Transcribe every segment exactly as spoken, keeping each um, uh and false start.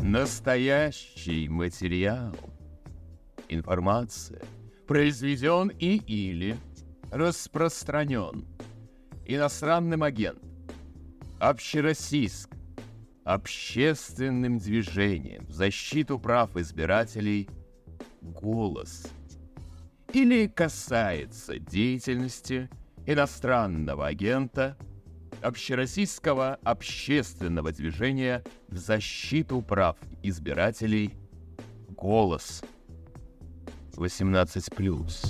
Настоящий материал, информация, произведен и или распространен иностранным агентом, общероссийским, общественным движением в защиту прав избирателей «Голос» или касается деятельности иностранного агента, общероссийского общественного движения в защиту прав избирателей «Голос». восемнадцать плюс.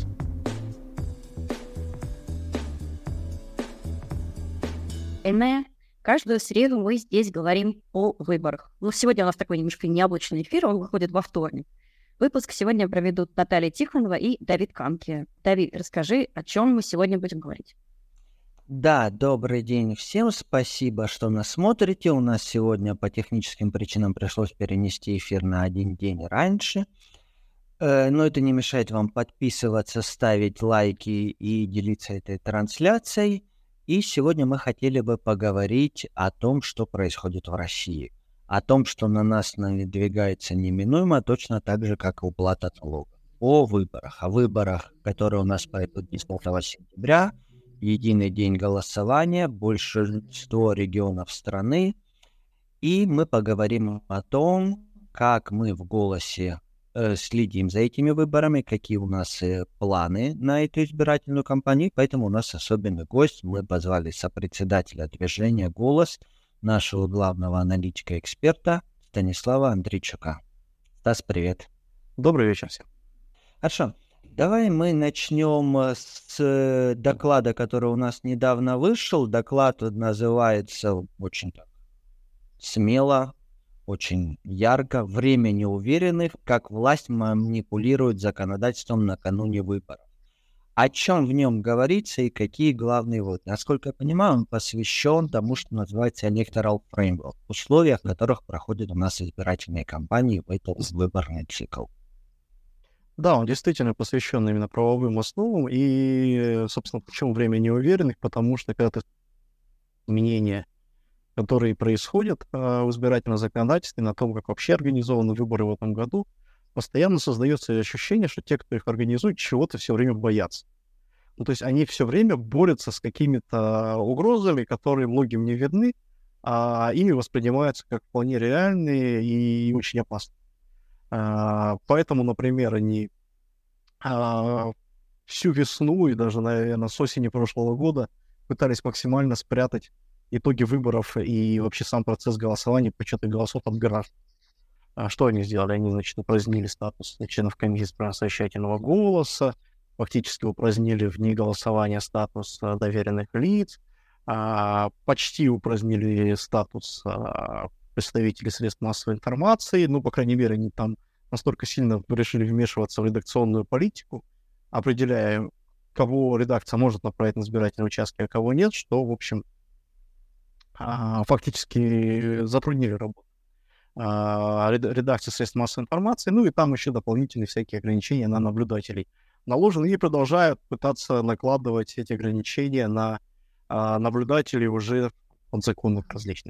Каждую среду мы здесь говорим о выборах. Но сегодня у нас такой немножко необычный эфир, он выходит во вторник. Выпуск сегодня проведут Наталья Тихонова и Давид Камки. Давид, расскажи, о чем мы сегодня будем говорить. Да, добрый день всем, спасибо, что нас смотрите. У нас сегодня по техническим причинам пришлось перенести эфир на один день раньше. Э, но это не мешает вам подписываться, ставить лайки и делиться этой трансляцией. И сегодня мы хотели бы поговорить о том, что происходит в России. О том, что на нас надвигается неминуемо, точно так же, как и уплата налогов. О выборах. О выборах, которые у нас пройдут десятого сентября. Единый день голосования, большинство регионов страны. И мы поговорим о том, как мы в «Голосе» э, следим за этими выборами, какие у нас э, планы на эту избирательную кампанию. Поэтому у нас особенный гость. Мы позвали сопредседателя движения «Голос», нашего главного аналитика-эксперта Станислава Андрейчука. Стас, привет. Добрый вечер всем. Хорошо. Давай мы начнем с доклада, который у нас недавно вышел. Доклад называется очень так смело, очень ярко «Время неуверенных. Как власть манипулирует законодательством накануне выборов». О чем в нем говорится и какие главные выводы? Насколько я понимаю, он посвящен тому, что называется electoral framework, условиях, в которых проходят у нас избирательные кампании в этот выборный цикл. Да, он действительно посвящен именно правовым основам. И, собственно, почему время неуверенных? Потому что когда ты изменения, которые происходят э, в избирательном законодательстве, на том, как вообще организованы выборы в этом году, постоянно создается ощущение, что те, кто их организует, чего-то все время боятся. Ну, то есть они все время борются с какими-то угрозами, которые многим не видны, а ими воспринимаются как вполне реальные и очень опасные. А, поэтому, например, они а, всю весну и даже, наверное, с осени прошлого года пытались максимально спрятать итоги выборов и вообще сам процесс голосования, подсчета голосов от граждан. А что они сделали? Они, значит, упразднили статус членов комиссии правосовещательного голоса, фактически упразднили в дни голосования статус а, доверенных лиц, а, почти упразднили статус а, представителей средств массовой информации, ну, по крайней мере, они там настолько сильно решили вмешиваться в редакционную политику, определяя, кого редакция может направить на избирательные участки, а кого нет, что, в общем, а, фактически затруднили работу а, редакции средств массовой информации, ну и там еще дополнительные всякие ограничения на наблюдателей наложены, и продолжают пытаться накладывать эти ограничения на а, наблюдателей уже подзаконных различных.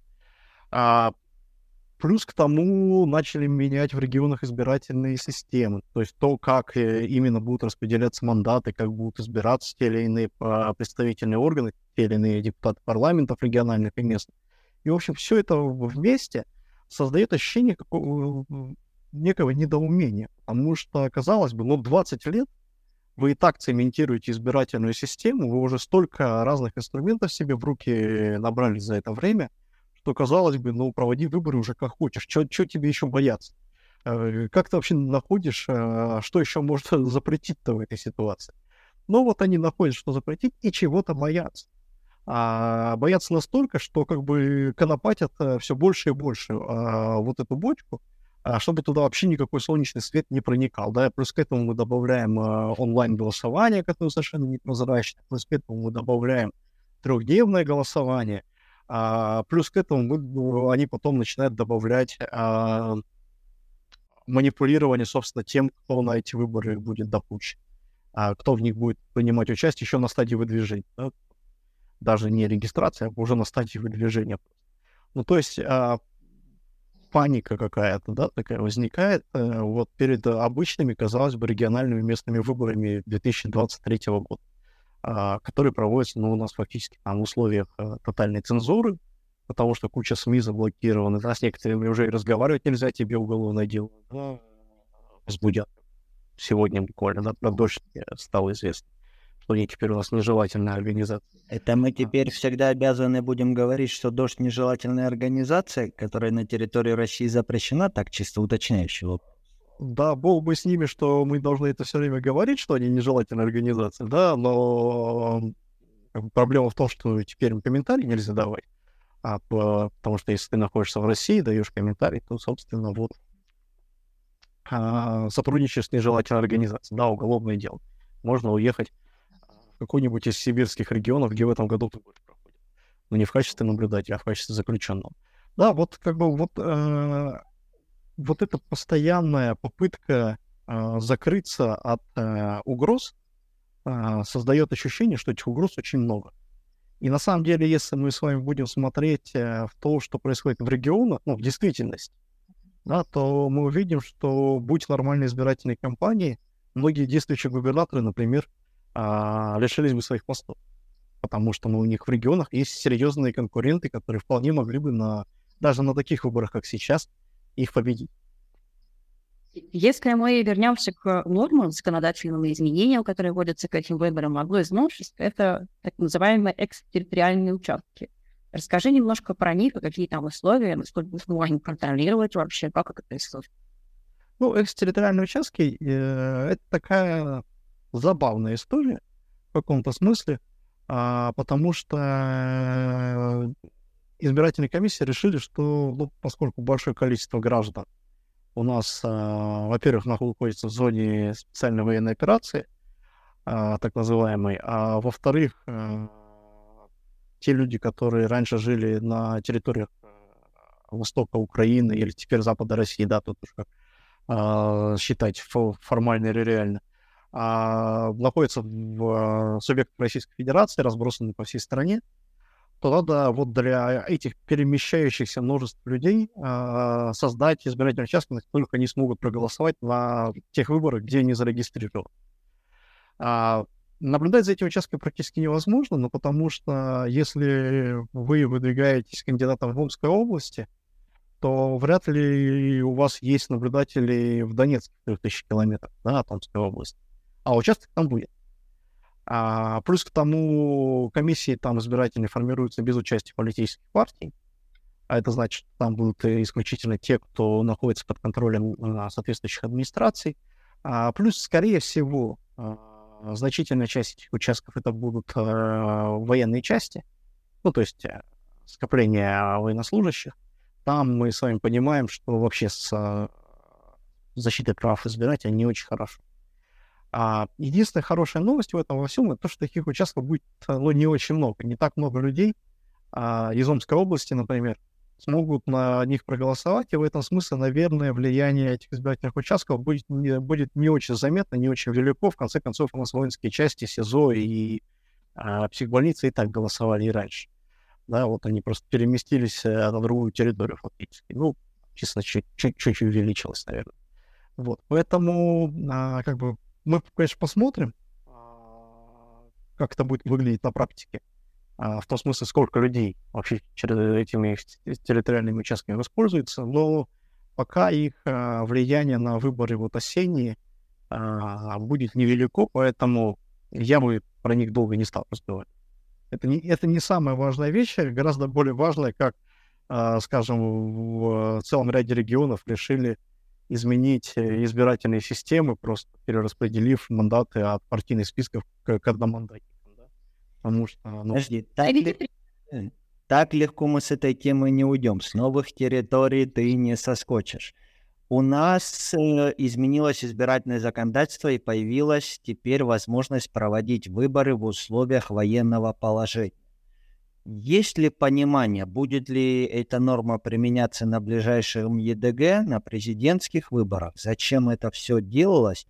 А, плюс к тому начали менять в регионах избирательные системы, то есть то, как именно будут распределяться мандаты, как будут избираться те или иные представительные органы, те или иные депутаты парламентов региональных и местных. И, в общем, все это вместе создает ощущение какого, некого недоумения, потому что, казалось бы, ну, двадцать лет вы и так цементируете избирательную систему, вы уже столько разных инструментов себе в руки набрали за это время, что, казалось бы, ну, проводи выборы уже как хочешь. Чё тебе еще бояться? Как ты вообще находишь, что еще можно запретить-то в этой ситуации? Ну, вот они находят, что запретить, и чего-то боятся. А боятся настолько, что как бы конопатят все больше и больше а, вот эту бочку, а, чтобы туда вообще никакой солнечный свет не проникал. Да? Плюс к этому мы добавляем а, онлайн-голосование, которое совершенно непрозрачное. Плюс к этому мы добавляем трехдневное голосование. А, плюс к этому мы, они потом начинают добавлять а, манипулирование, собственно, тем, кто на эти выборы будет допущен, а, кто в них будет принимать участие еще на стадии выдвижения. Да? Даже не регистрация, а уже на стадии выдвижения. Ну, то есть а, паника какая-то, да, такая возникает э, вот перед обычными, казалось бы, региональными местными выборами две тысячи двадцать третьего года, э, которые проводятся, ну, у нас фактически там в условиях э, тотальной цензуры, потому что куча СМИ заблокированы, да, с некоторыми уже и разговаривать нельзя, тебе уголовное дело да, возбудят. Сегодня буквально, да, про Дождь стало известно, что они теперь у нас нежелательная организация. Это мы теперь всегда обязаны будем говорить, что Дождь нежелательная организация, которая на территории России запрещена, так чисто уточняющий вопрос. Да, бог бы с ними, что мы должны это все время говорить, что они нежелательная организация, да, но проблема в том, что теперь им комментарий нельзя давать, а, потому что если ты находишься в России, даешь комментарий, то, собственно, вот а, сотрудничаешь с нежелательной организацией, да, уголовное дело. Можно уехать в какой-нибудь из сибирских регионов, где в этом году выборы проходят. Но не в качестве наблюдателя, а в качестве заключенного. Да, вот как бы вот, э, вот эта постоянная попытка э, закрыться от э, угроз э, создает ощущение, что этих угроз очень много. И на самом деле, если мы с вами будем смотреть э, в то, что происходит в регионах, ну, в действительности, да, то мы увидим, что будь нормальной избирательной кампании, многие действующие губернаторы, например, а, лишились бы своих постов. Потому что ну, у них в регионах есть серьезные конкуренты, которые вполне могли бы на, даже на таких выборах, как сейчас, их победить. Если мы вернемся к нормам, законодательным изменениям, которые вводятся к этим выборам, одно из новшеств — это так называемые экстерриториальные участки. Расскажи немножко про них, какие там условия, насколько их можно контролировать вообще, как это происходит. Ну, экстерриториальные участки э, — это такая забавная история в каком-то смысле, а, потому что э, избирательные комиссии решили, что, ну, поскольку большое количество граждан у нас, а, во-первых, находится в зоне специальной военной операции, а, так называемой, а во-вторых, а, те люди, которые раньше жили на территориях востока Украины или теперь запада России, да, тут уж как а, считать формально или реально, а, находятся в субъектах Российской Федерации, разбросаны по всей стране, то надо вот для этих перемещающихся множеств людей а, создать избирательный участок, только они смогут проголосовать на тех выборах, где они зарегистрированы. А, наблюдать за этим участком практически невозможно, но потому что если вы выдвигаетесь кандидатом в Омской области, то вряд ли у вас есть наблюдатели в Донецке, трех тысяч километров, да, от Омской области. А участок там будет. А, плюс к тому, комиссии там избирательные формируются без участия политических партий. А это значит, что там будут исключительно те, кто находится под контролем а, соответствующих администраций. А, плюс, скорее всего, а, значительная часть этих участков это будут а, военные части, ну, то есть а, скопление военнослужащих. Там мы с вами понимаем, что вообще с а, защитой прав избирателя не очень хорошо. А единственная хорошая новость в этом во всем — это то, что таких участков будет ну, не очень много. Не так много людей а, из Омской области, например, смогут на них проголосовать, и в этом смысле, наверное, влияние этих избирательных участков будет не, будет не очень заметно, не очень велико. В конце концов, у нас воинские части, СИЗО и а, психбольницы и так голосовали и раньше. Да, вот они просто переместились на другую территорию фактически. Ну, честно, чуть-чуть увеличилось, наверное. Вот, поэтому, а, как бы, мы, конечно, посмотрим, как это будет выглядеть на практике. В том смысле, сколько людей вообще через этими территориальными участками воспользуются. Но пока их влияние на выборы вот осенние будет невелико, поэтому я бы про них долго не стал разговаривать. Это не, это не самая важная вещь, гораздо более важная, как, скажем, в целом ряде регионов решили изменить избирательные системы, просто перераспределив мандаты от партийных списков к, к одномандатникам. Да? Потому что... Ну... Подожди, так, ли... так легко мы с этой темы не уйдем. С новых территорий ты не соскочишь. У нас э, изменилось избирательное законодательство, и появилась теперь возможность проводить выборы в условиях военного положения. Есть ли понимание, будет ли эта норма применяться на ближайшем ЕДГ, на президентских выборах? Зачем это все делалось?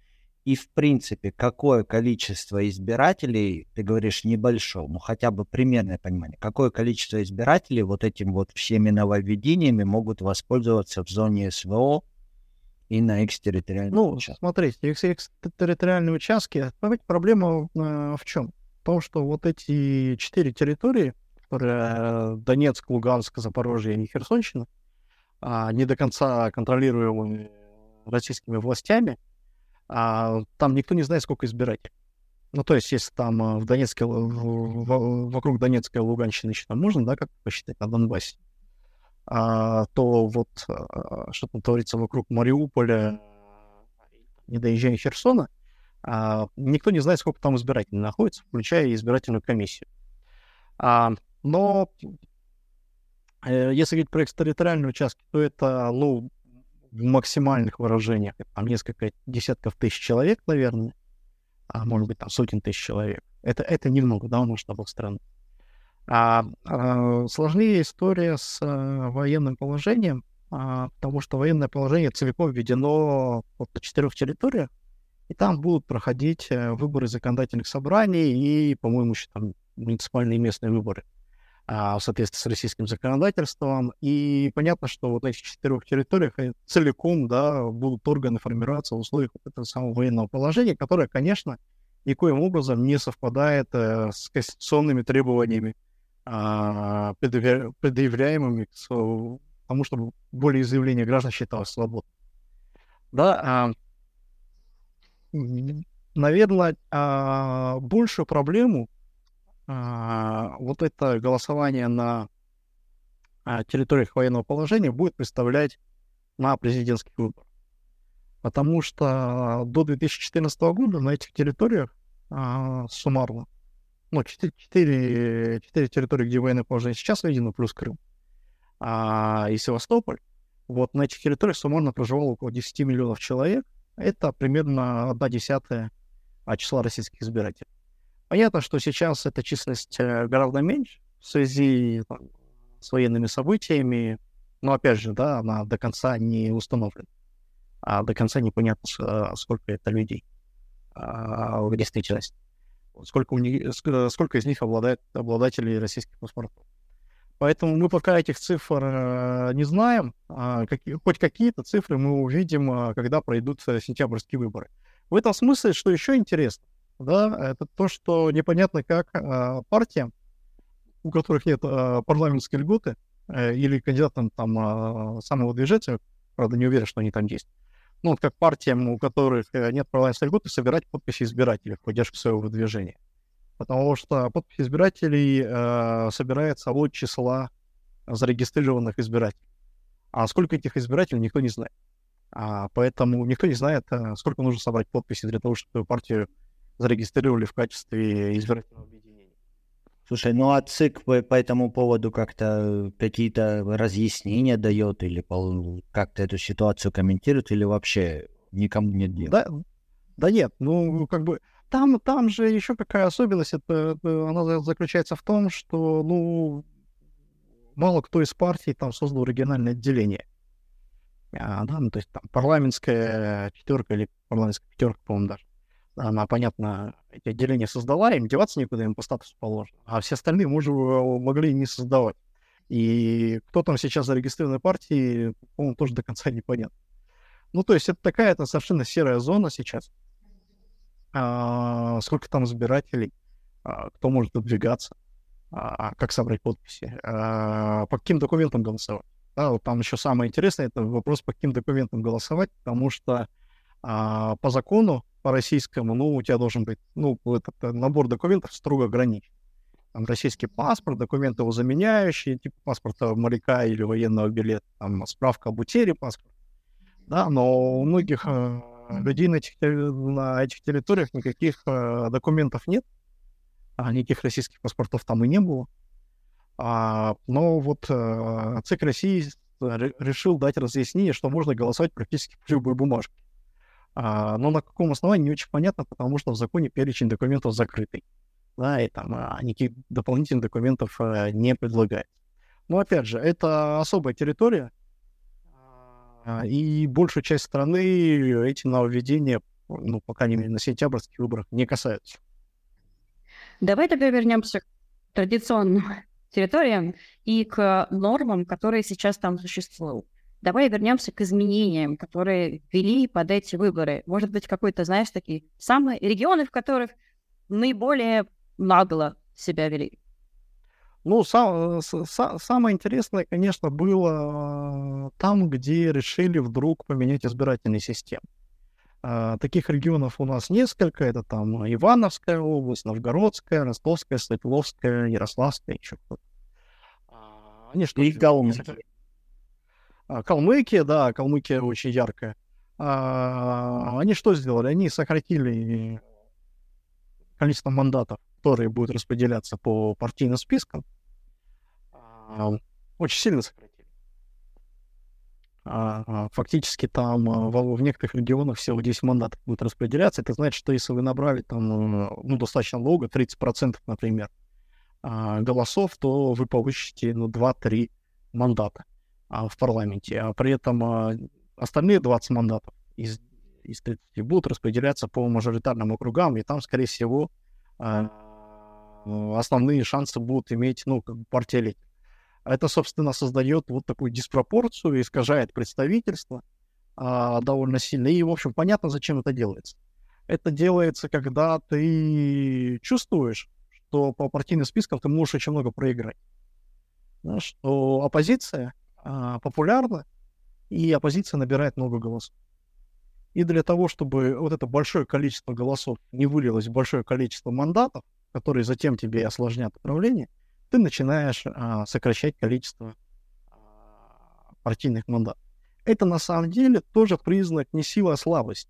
И, в принципе, какое количество избирателей, ты говоришь небольшое, ну хотя бы примерное понимание, какое количество избирателей вот этим вот всеми нововведениями могут воспользоваться в зоне СВО и на экстерриториальном Ну, участке? смотрите, экс- экстерриториальные участки, понимаете, проблема э, в чем? В том, что вот эти четыре территории, которые э, Донецк, Луганск, Запорожье и Херсонщина, а, не до конца контролируемые российскими властями, а, там никто не знает, сколько избирателей. Ну, то есть, если там а, в Донецке, в- в- вокруг Донецкой и Луганщины еще там можно, да, как посчитать, на Донбассе, а, то вот а, что там творится вокруг Мариуполя, не доезжая Херсона, а, никто не знает, сколько там избирателей находится, включая избирательную комиссию. А, но э, если говорить про экстерриториальные участки, то это, ну, в максимальных выражениях, это там несколько десятков тысяч человек, наверное, а может быть, там сотен тысяч человек. Это, это немного, да, в масштабах страны. А, а, сложнее история с а, военным положением, а, потому что военное положение целиком введено вот на четырех территориях, и там будут проходить а, выборы законодательных собраний и, по-моему, еще там муниципальные и местные выборы а, в соответствии с российским законодательством. И понятно, что вот на этих четырех территориях целиком, да, будут органы формироваться в условиях вот этого самого военного положения, которое, конечно, никоим образом не совпадает э, с конституционными требованиями, а, предъявля- предъявляемыми к со- тому, чтобы волеизъявление граждан считалось свободным. Да, а, м, наверное, а, большую проблему а, вот это голосование на а, территориях военного положения будет представлять на президентских выборах. Потому что до две тысячи четырнадцатого года на этих территориях а, суммарно, ну, четыре, четыре, четыре территории, где военное положение сейчас введено, плюс Крым, а, и Севастополь, вот на этих территориях суммарно проживало около десять миллионов человек. Это примерно одна десятая от числа российских избирателей. Понятно, что сейчас эта численность э, гораздо меньше в связи там, с военными событиями, но, опять же, да, она до конца не установлена, а до конца непонятно, с- а, сколько это людей а, в действительности, сколько, у них, ск- сколько из них обладает, обладателей российских паспортов. Поэтому мы пока этих цифр э, не знаем, а, какие- хоть какие-то цифры мы увидим, а, когда пройдут э, сентябрьские выборы. В этом смысле, что еще интересно, да, это то, что непонятно, как а, партиям, у которых нет а, парламентской льготы, э, или кандидатам там а, самого движения, правда, не уверен, что они там есть, ну, вот как партиям, у которых э, нет парламентской льготы, собирать подписи избирателей в поддержку своего выдвижения. Потому что подписи избирателей э, собирается от числа зарегистрированных избирателей. А сколько этих избирателей, никто не знает. А, поэтому никто не знает, а, сколько нужно собрать подписей для того, чтобы партию зарегистрировали в качестве избирательного объединения. Слушай, ну а ЦИК по, по этому поводу как-то какие-то разъяснения дает или пол- как-то эту ситуацию комментирует, или вообще никому нет дела? Да, да нет, ну, как бы, там, там же еще какая особенность, это, это она за- заключается в том, что, ну, мало кто из партий там создал региональное отделение. А, да, ну, то есть там парламентская четверка или парламентская пятерка, по-моему, даже. Она, понятно, эти отделения создала, им деваться некуда, им по статусу положено. А все остальные мы уже э, могли и не создавать. И кто там сейчас зарегистрированной партии, по-моему, тоже до конца непонятно. Ну, то есть это такая-то совершенно серая зона сейчас. А, сколько там избирателей, а, кто может выдвигаться, а, как собрать подписи, а, по каким документам голосовать. Да, вот там еще самое интересное, это вопрос, по каким документам голосовать, потому что а, по закону, по российскому, ну, у тебя должен быть, ну, этот э, набор документов строго ограничен. Там российский паспорт, документы его заменяющие, типа паспорта моряка или военного билета, там справка об утере паспорта. Да, но у многих э, людей на этих, терри- на этих территориях никаких э, документов нет, а никаких российских паспортов там и не было. А, но вот э, ЦИК России ре- решил дать разъяснение, что можно голосовать практически по любой бумажке. А, но на каком основании, не очень понятно, потому что в законе перечень документов закрытый. Да, и там а, никаких дополнительных документов а, не предлагается. Но опять же, это особая территория, а, и большую часть страны эти нововведения ну, по крайней мере, на сентябрьских выборах не касаются. Давай тогда вернемся к традиционным территориям и к нормам, которые сейчас там существуют. Давай вернемся к изменениям, которые ввели под эти выборы. Может быть, какой-то, знаешь, такие самые регионы, в которых наиболее нагло себя вели. Ну, сам, с, самое интересное, конечно, было там, где решили вдруг поменять избирательные системы. А, таких регионов у нас несколько. Это там Ивановская область, Новгородская, Ростовская, Свердловская, Ярославская, еще кто-то. А, они что? И Калмыкия. А, Калмыкия, да, Калмыкия очень яркая. А, они что сделали? Они сократили количество мандатов, которые будут распределяться по партийным спискам. А, очень сильно сократили. А, фактически там в, в некоторых регионах всего десять мандатов будут распределяться. Это значит, что если вы набрали там, ну, достаточно много, тридцать процентов, например, голосов, то вы получите, ну, два-три мандата в парламенте. А при этом остальные двадцать мандатов из, из тридцати будут распределяться по мажоритарным округам, и там, скорее всего, основные шансы будут иметь, ну, как бы партия лидер. Это, собственно, создает вот такую диспропорцию, искажает представительство а, довольно сильно. И, в общем, понятно, зачем это делается. Это делается, когда ты чувствуешь, что по партийным спискам ты можешь очень много проиграть. Да, что оппозиция а, популярна, и оппозиция набирает много голосов. И для того, чтобы вот это большое количество голосов не вылилось в большое количество мандатов, которые затем тебе осложнят управление, ты начинаешь а, сокращать количество а, партийных мандатов. Это на самом деле тоже признак не силы, а слабости.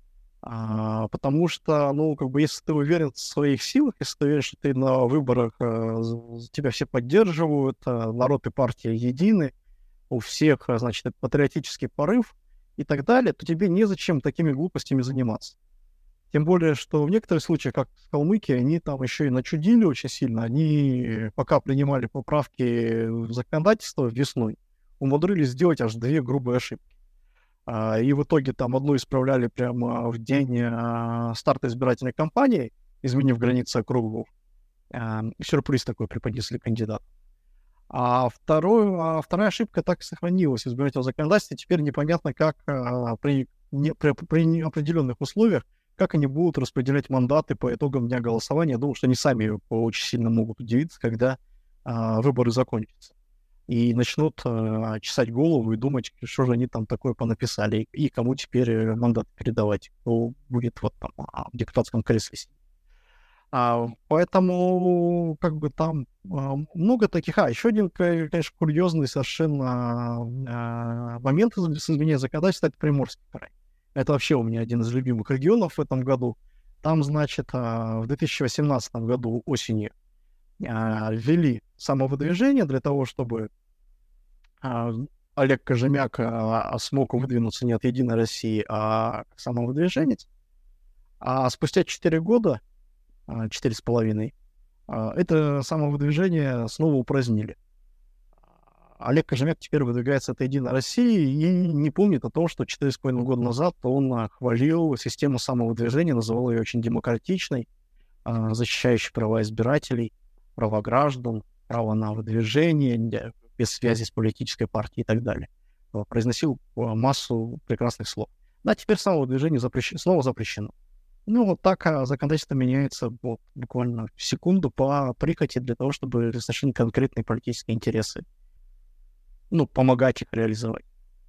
А, потому что, ну, как бы, если ты уверен в своих силах, если ты уверен, что ты на выборах, а, тебя все поддерживают, а, народ и партия едины, у всех, а, значит, патриотический порыв и так далее, то тебе незачем такими глупостями заниматься. Тем более, что в некоторых случаях, как в Калмыкии, они там еще и начудили очень сильно. Они, пока принимали поправки в законодательство весной, умудрились сделать аж две грубые ошибки. И в итоге там одну исправляли прямо в день старта избирательной кампании, изменив границы округов. Сюрприз такой преподнесли кандидату. А, вторую, а вторая ошибка так и сохранилась в избирательном законодательстве. Теперь непонятно, как при, не, при, при определенных условиях как они будут распределять мандаты по итогам дня голосования. Я думаю, что они сами очень сильно могут удивиться, когда а, выборы закончатся. И начнут а, чесать голову и думать, что же они там такое понаписали, и, и кому теперь мандат передавать, кто будет вот там а, в депутатском кресле сидеть. А, поэтому, как бы, там а, много таких... А, еще один, конечно, курьезный совершенно а, момент с изменением законодательства — это Приморский край. Это вообще у меня один из любимых регионов в этом году. Там, значит, в две тысячи восемнадцатом году осенью ввели самовыдвижение для того, чтобы Олег Кожемяк смог выдвинуться не от «Единой России», а как самовыдвиженец. А спустя четыре года, четыре с половиной, это самовыдвижение снова упразднили. Олег Кожемяк теперь выдвигается от «Единой России» и не помнит о том, что четыре с половиной года назад он хвалил систему самовыдвижения, называл ее очень демократичной, защищающей права избирателей, права граждан, право на выдвижение, без связи с политической партией и так далее. Произносил массу прекрасных слов. Да, теперь самовыдвижение запрещено, снова запрещено. Ну, вот так законодательство меняется вот, буквально в секунду по прихоти для того, чтобы разрешить конкретные политические интересы. Ну, помогать их реализовать.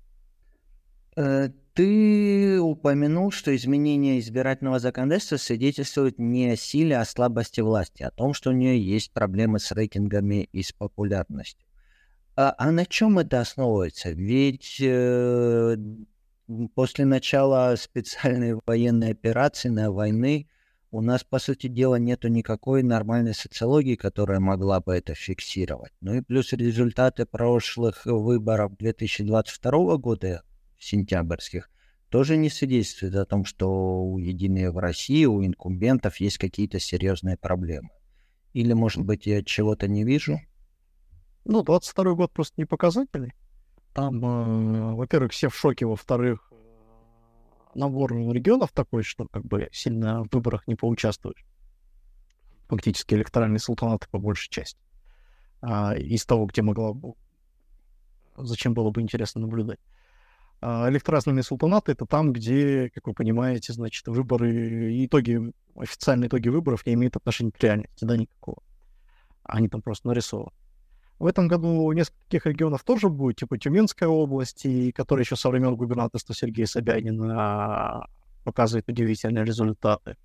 Ты упомянул, что изменение избирательного законодательства свидетельствует не о силе, а о слабости власти, о том, что у нее есть проблемы с рейтингами и с популярностью. А, а на чем это основывается? Ведь э, после начала специальной военной операции, на войны, у нас, по сути дела, нету никакой нормальной социологии, которая могла бы это фиксировать. Ну и плюс результаты прошлых выборов две тысячи двадцать второго года, сентябрьских, тоже не свидетельствуют о том, что у «Единой в России», у инкумбентов есть какие-то серьезные проблемы. Или, может быть, я чего-то не вижу? Ну, двадцать второй год просто не показательный. Там, э, во-первых, все в шоке, во-вторых, набор регионов такой, что как бы сильно в выборах не поучаствуешь. Фактически электоральные султанаты по большей части. А, из того, где могла бы... Зачем было бы интересно наблюдать. А, электоральные султанаты — это там, где, как вы понимаете, значит, выборы и итоги, официальные итоги выборов не имеют отношения к реальности, да, никакого. Они там просто нарисованы. В этом году несколько таких регионов тоже будет, типа Тюменская область, и, которая еще со времен губернаторства Сергея Собянина показывает удивительные результаты.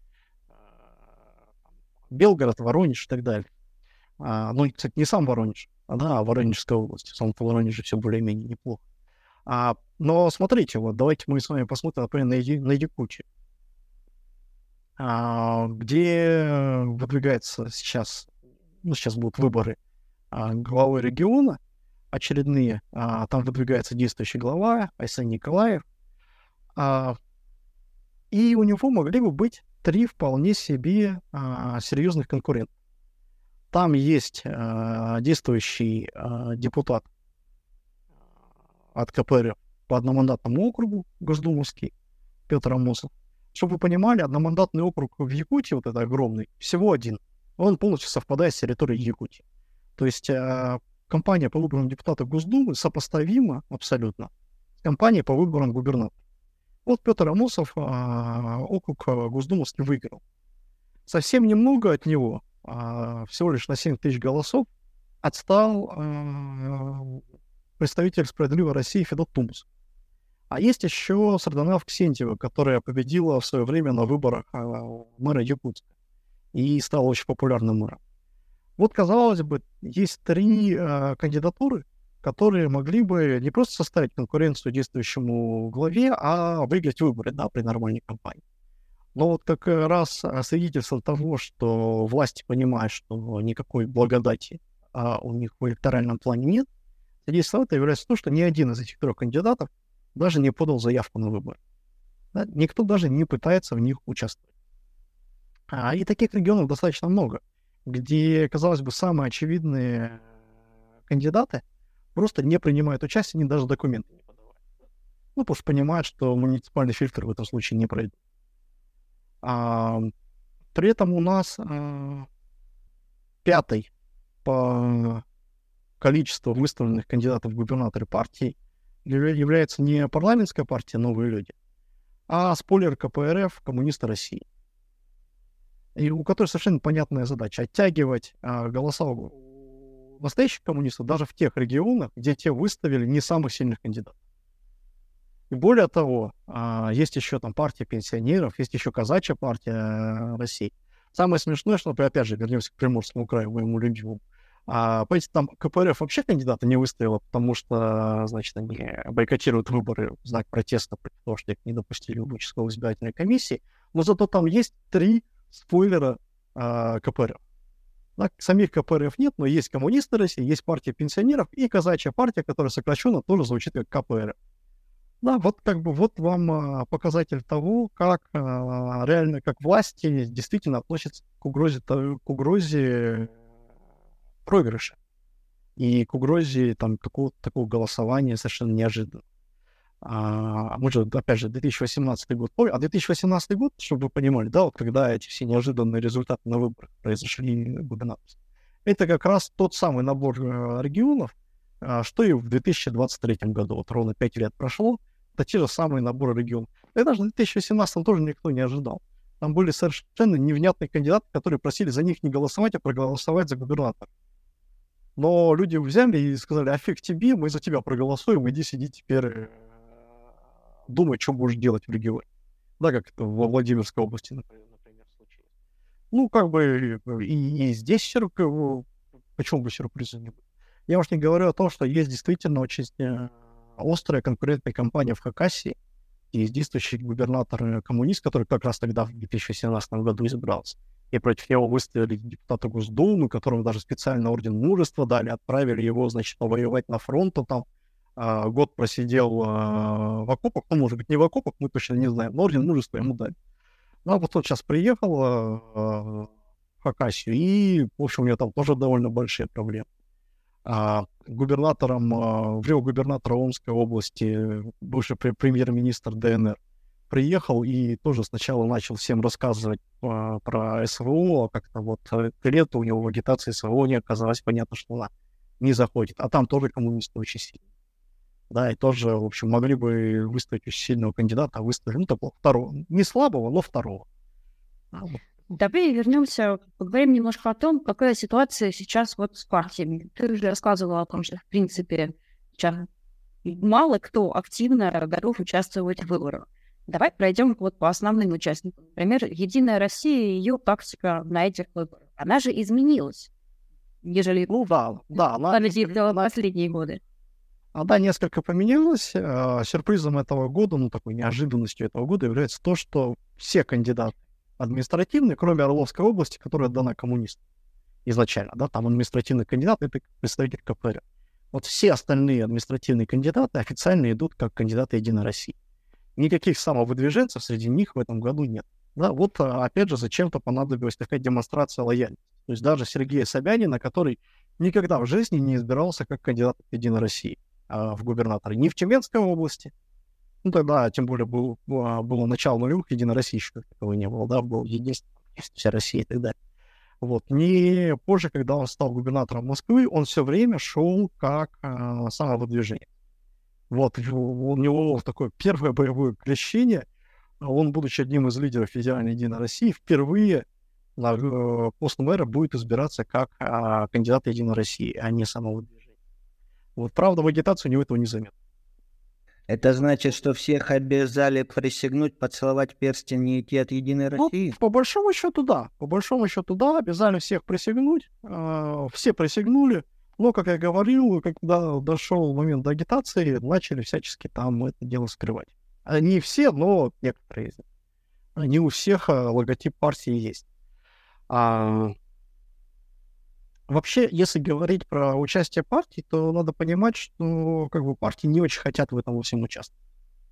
Белгород, Воронеж и так далее. А, ну, кстати, не сам Воронеж, а да, Воронежская область. В самом Воронеже все более-менее неплохо. А, но смотрите, вот давайте мы с вами посмотрим, например, на, Яди, на Якутию, а, где выдвигается сейчас, ну, сейчас будут выборы а, главы региона очередные. А, там выдвигается действующий глава Айсен Николаев. А, и у него могли бы быть три вполне себе а, серьезных конкурента. Там есть а, действующий а, депутат от ка пэ эр эф по одномандатному округу, Госдумовский, Петр Амосов. Чтобы вы понимали, одномандатный округ в Якутии, вот это огромный, всего один. Он полностью совпадает с территорией Якутии. То есть а, кампания по выборам депутатов Госдумы сопоставима абсолютно с кампанией по выборам губернатора. Вот Петр Амосов а, округ Госдумовский выиграл. Совсем немного от него, а, всего лишь на семь тысяч голосов, отстал а, представитель «Справедливой России» Федот Тумус. А есть еще Сарданав Авксентьева, которая победила в свое время на выборах а, мэра Якутска и стала очень популярным мэром. Вот, казалось бы, есть три а, кандидатуры, которые могли бы не просто составить конкуренцию действующему главе, а выиграть выборы, да, при нормальной кампании. Но вот как раз свидетельство того, что власти понимают, что никакой благодати а, у них в электоральном плане нет, свидетельство это является то, что ни один из этих трех кандидатов даже не подал заявку на выборы. Да? Никто даже не пытается в них участвовать. А, и таких регионов достаточно много, где, казалось бы, самые очевидные кандидаты просто не принимают участие, они даже документы не подавают. Ну, потому что понимают, что муниципальный фильтр в этом случае не пройдет. А, при этом у нас а, пятый по количеству выставленных кандидатов в губернаторы партии является не парламентская партия «Новые люди», а спойлер ка пэ эр эф «Коммунисты России», и у которой совершенно понятная задача — оттягивать а, голоса настоящих коммунистов даже в тех регионах, где те выставили не самых сильных кандидатов. И более того, а, есть еще там партия пенсионеров, есть еще казачья партия России. Самое смешное, что, опять же, вернемся к Приморскому краю, моему любимому. А, понимаете, там ка пэ эр эф вообще кандидата не выставила, потому что, значит, они бойкотируют выборы в знак протеста против того, что их не допустили в участковой избирательной комиссии. Но зато там есть три спойлера а, ка пэ эр эф. Да, самих ка пэ эр эф нет, но есть коммунисты России, есть партия пенсионеров и казачья партия, которая сокращенно тоже звучит как ка пэ эр эф. Да, вот как бы вот вам а, показатель того, как а, реально, как власти действительно относятся к угрозе, к угрозе проигрыша и к угрозе там какого-то такого голосования совершенно неожиданно. А, мы же, опять же, две тысячи восемнадцатый год, ой, а две тысячи восемнадцатый год, чтобы вы понимали, да, вот когда эти все неожиданные результаты на выборах произошли губернаторские, это как раз тот самый набор э, регионов, э, что и в две тысячи двадцать третьем году, вот ровно пять лет прошло, это те же самые наборы регионов. И даже в две тысячи восемнадцатом тоже никто не ожидал. Там были совершенно невнятные кандидаты, которые просили за них не голосовать, а проголосовать за губернатора. Но люди взяли и сказали: а фиг тебе, мы за тебя проголосуем, иди сиди теперь, думай, что будешь делать в регионе. Да, как это во Владимирской области, например, например случилось. Ну, как бы и, и здесь сюрприз, почему бы сюрприза не будет. Я уж не говорю о том, что есть действительно очень острая конкурентная кампания в Хакасии. Есть действующий губернатор-коммунист, который как раз тогда в две тысячи восемнадцатом году избрался. И против него выставили депутата Госдумы, которому даже специально орден мужества дали, отправили его, значит, повоевать на фронт, там а, год просидел а, в окопах, ну, может быть, не в окопах, мы точно не знаем, но орден мужества ему дали. Ну, а вот он сейчас приехал а, в Хакасию, и, в общем, у него там тоже довольно большие проблемы. А, губернатором, а, врел губернатора Омской области, бывший премьер-министр дэ эн эр. приехал и тоже сначала начал всем рассказывать а, про СВО, а как-то вот к лету у него в агитации СВО не оказалось, понятно, что она не заходит. А там тоже коммунисты очень сильные. Да, и тоже, в общем, могли бы выставить очень сильного кандидата, а выставили, ну, такого второго. Не слабого, но второго. А, вот. Давай вернемся, поговорим немножко о том, какая ситуация сейчас вот с партиями. Ты уже рассказывала о том, что, в принципе, сейчас мало кто активно готов участвовать в выборах. Давай пройдем вот по основным участникам. Например, «Единая Россия» и ее тактика на этих выборах. Она же изменилась, ежели ну, да, да, она, она... последние годы. Она несколько поменялась. Сюрпризом этого года, ну, такой неожиданностью этого года является то, что все кандидаты административные, кроме Орловской области, которая дана коммунистам изначально, да, там административный кандидат — это представитель КПРФ. Вот все остальные административные кандидаты официально идут как кандидаты «Единой России». Никаких самовыдвиженцев среди них в этом году нет. Да, вот, опять же, зачем-то понадобилась такая демонстрация лояльности. То есть даже Сергея Собянина, который никогда в жизни не избирался как кандидат от «Единой России» а, в губернаторы ни в Тюменской области, ну, тогда, тем более, был, было начало нулевых, «Единой России» еще такого не было, да, был единственный, вся Россия и так далее. Вот. Не позже, когда он стал губернатором Москвы, он все время шел как а, самовыдвижение. Вот, у него такое первое боевое крещение. Он, будучи одним из лидеров федеральной «Единой России», впервые на э, пост мэра будет избираться как а, кандидат «Единой России», а не самовыдвижение. Вот, правда, в агитации у него этого не заметно. Это значит, что всех обязали присягнуть, поцеловать перстень и идти от «Единой России»? Ну, по большому счету, да. По большому счету, да. Обязали всех присягнуть. Э, все присягнули. Но, как я говорил, когда дошел момент до агитации, начали всячески там это дело скрывать. Не все, но некоторые из них. Не у всех логотип партии есть. А... Вообще, если говорить про участие партий, то надо понимать, что как бы партии не очень хотят в этом во всем участвовать.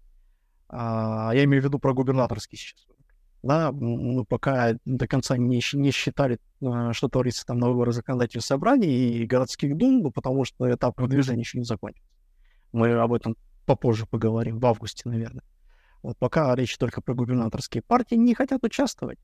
А, я имею в виду про губернаторский сейчас. Да, мы пока до конца не, не считали, что творится там на выборах законодательных собраний и городских дум, ну, потому что этап продвижения еще не закончился. Мы об этом попозже поговорим, в августе, наверное. Вот пока речь только про губернаторские партии, не хотят участвовать.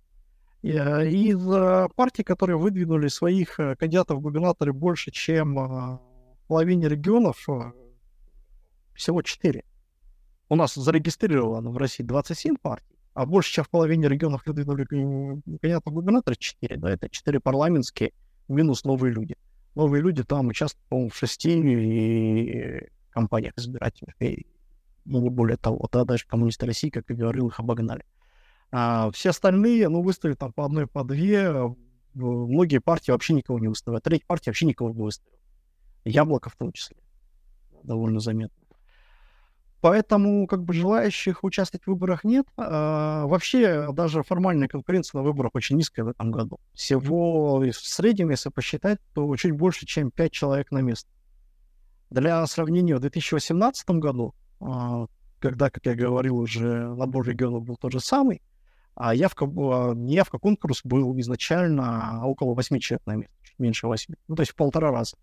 Из партий, которые выдвинули своих кандидатов в губернаторы больше, чем в половине регионов, всего четыре. У нас зарегистрировано в России двадцать семь партий, а больше, чем в половине регионов выдвинули кандидатов в губернаторы четыре. Да, это четыре парламентские минус новые люди. Новые люди там участвуют, по-моему, в шести компаниях избирательных. И, и не более того, да, даже коммунисты России, как я говорил, их обогнали. А все остальные, ну, выставили там по одной, по две. Многие партии вообще никого не выставляют. Третья партия вообще никого не выставила. Яблоко в том числе. Довольно заметно. Поэтому, как бы, желающих участвовать в выборах нет. А, вообще, даже формальная конкуренция на выборах очень низкая в этом году. Всего в среднем, если посчитать, то чуть больше, чем пять человек на место. Для сравнения, в две тысячи восемнадцатом году, а, когда, как я говорил, уже набор регионов был тот же самый, а явка, явка конкурс был изначально около восьми человек на место, чуть меньше восьми. Ну, то есть в полтора раза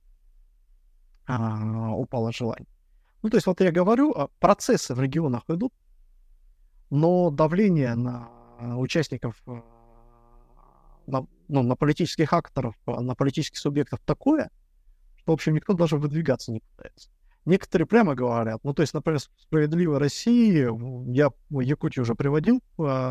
а, упало желание. Ну, то есть вот я говорю, процессы в регионах идут, но давление на участников, на, ну, на политических акторов, на политических субъектов такое, что, в общем, никто даже выдвигаться не пытается. Некоторые прямо говорят, ну, то есть, например, «Справедливая Россия», я в Якутии уже приводил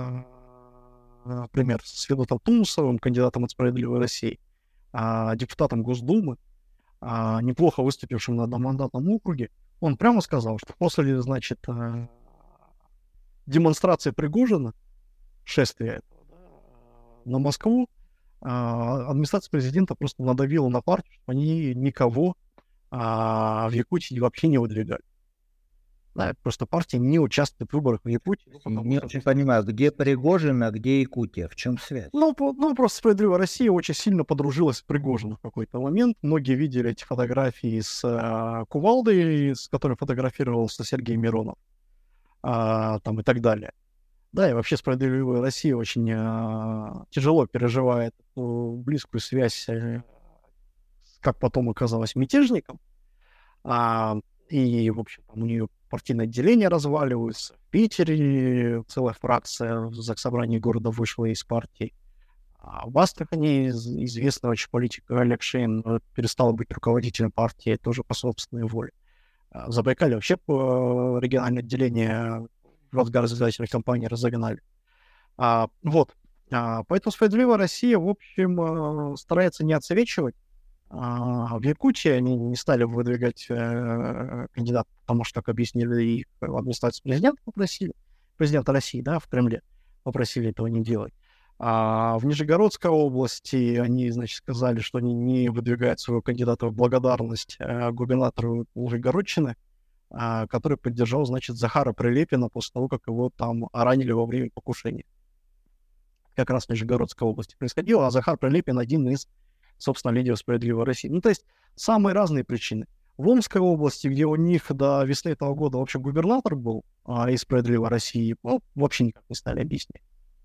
пример с Федотом Тумусовым, кандидатом от «Справедливой России», депутатом Госдумы, неплохо выступившим на одномандатном округе. Он прямо сказал, что после, значит, демонстрации Пригожина, шествия этого, да, на Москву, администрация президента просто надавила на партию, чтобы они никого а, в Якутии вообще не выдвигали. Да, просто партия не участвует в выборах в Якутии. Ну, не очень понимаю, где Пригожин, а где Якутия? В чем связь? Ну, по, ну, просто «Справедливая Россия» очень сильно подружилась с Пригожиным в какой-то момент. Многие видели эти фотографии с а, кувалдой, с которой фотографировался Сергей Миронов, а, там и так далее. Да, и вообще «Справедливая Россия» очень а, тяжело переживает эту близкую связь, а, как потом оказалось, мятежником. А, и, в общем, там у нее партийное отделение разваливается. В Питере целая фракция в Заксобрании города вышла из партии. А в Астрахани известный очень политик Олег Шейн перестал быть руководителем партии тоже по собственной воле. В Забайкале вообще региональное отделение в разгар избирательной кампании разогнали. А, вот. А, поэтому «Справедливая Россия», в общем, старается не отсвечивать. А, в Якутии они не стали выдвигать э, кандидата, потому что, как объяснили, их в администрации президента попросили, президента России, да, в Кремле попросили этого не делать. А в Нижегородской области они, значит, сказали, что они не выдвигают своего кандидата в благодарность э, губернатору Нижегородчины, э, который поддержал, значит, Захара Прилепина после того, как его там ранили во время покушения. Как раз в Нижегородской области происходило, а Захар Прилепин один из, собственно, лидеров «Справедливой России». Ну, то есть самые разные причины. В Омской области, где у них до весны этого года вообще губернатор был а, из «Справедливой России», ну, вообще никак не стали объяснять.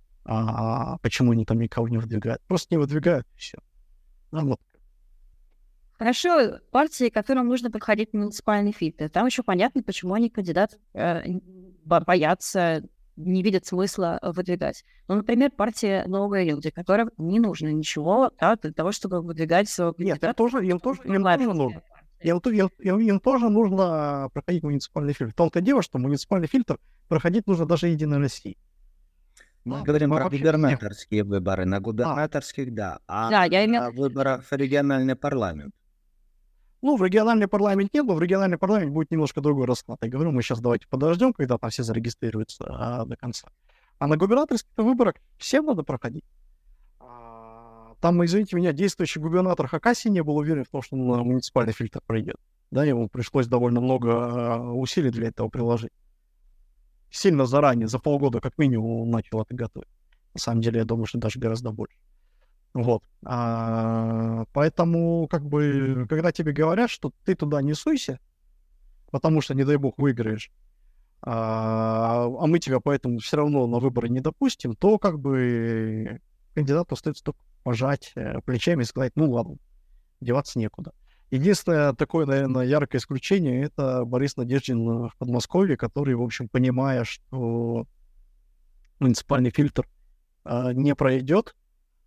А почему они там никого не выдвигают? Просто не выдвигают, и все. А вот. Хорошо, партии, которым нужно проходить муниципальный фильтр, там еще понятно, почему они кандидатов э, боятся, не видят смысла выдвигать. Ну, например, партия «Новые люди», которым не нужно ничего, да, для того, чтобы выдвигать своего кандидата. Нет, им тоже, им тоже, им тоже нужно. Им, им, им, им тоже нужно проходить муниципальный фильтр. В том-то дело, что муниципальный фильтр проходить нужно даже Единой России. Мы А, говорим мы про вообще- губернаторские выборы. На губернаторских, да. А Да, я имел- на выборах в региональный парламент. Ну, в региональный парламент нет, но в региональный парламент будет немножко другой расклад. Я говорю, мы сейчас давайте подождем, когда там все зарегистрируются а, до конца. А на губернаторских выборах всем надо проходить. А, там, извините меня, действующий губернатор Хакасии не был уверен в том, что он на муниципальный фильтр пройдет. Да, ему пришлось довольно много а, усилий для этого приложить. Сильно заранее, за полгода как минимум он начал это готовить. На самом деле, я думаю, что даже гораздо больше. Вот. А, поэтому, как бы, когда тебе говорят, что ты туда не суйся, потому что, не дай бог, выиграешь, а, а мы тебя поэтому все равно на выборы не допустим, то, как бы, кандидату остается только пожать э, плечами и сказать, ну ладно, деваться некуда. Единственное такое, наверное, яркое исключение — это Борис Надеждин в Подмосковье, который, в общем, понимая, что муниципальный фильтр а, не пройдет,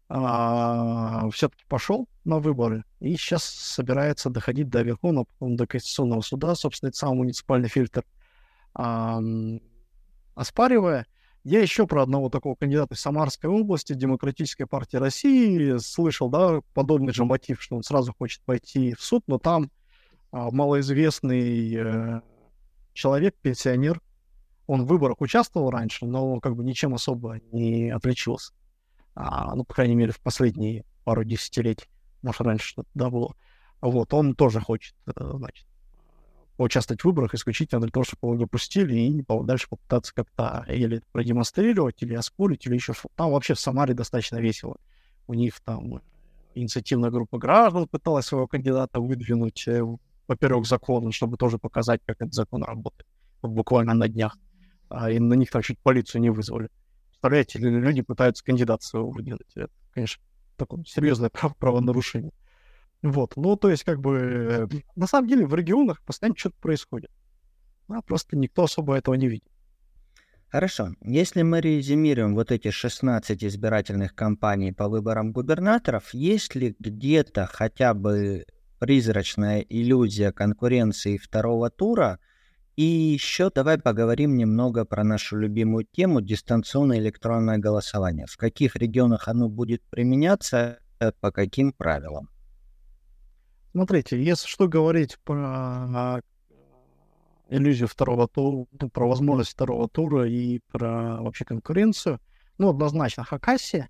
а, все-таки пошел на выборы и сейчас собирается доходить до Верховного, до Конституционного суда, собственно, это сам муниципальный фильтр, а, оспаривая. Я еще про одного такого кандидата из Самарской области, Демократической партии России, слышал, да, подобный же мотив, что он сразу хочет пойти в суд, но там а, малоизвестный э, человек, пенсионер, он в выборах участвовал раньше, но он как бы ничем особо не отличился. А, ну, по крайней мере, в последние пару десятилетий, может, раньше что-то да, было. Вот, он тоже хочет, значит, поучаствовать в выборах исключительно для того, чтобы его не пустили, и дальше попытаться как-то или продемонстрировать, или оспорить, или еще что-то. Там вообще в Самаре достаточно весело. У них там инициативная группа граждан пыталась своего кандидата выдвинуть э, поперек закона, чтобы тоже показать, как этот закон работает. Вот буквально на днях. А, и на них там чуть полицию не вызвали. Представляете, люди пытаются кандидата своего выдвинуть. Это, конечно, такое серьезное прав- правонарушение. Вот, ну, то есть, как бы, на самом деле, в регионах постоянно что-то происходит. А просто никто особо этого не видит. Хорошо. Если мы резюмируем вот эти шестнадцать избирательных кампаний по выборам губернаторов, есть ли где-то хотя бы призрачная иллюзия конкуренции второго тура? И еще давай поговорим немного про нашу любимую тему — дистанционное электронное голосование. В каких регионах оно будет применяться, по каким правилам? Смотрите, если что говорить про иллюзию второго тура, ну, про возможность второго тура и про вообще конкуренцию, ну, однозначно Хакасия,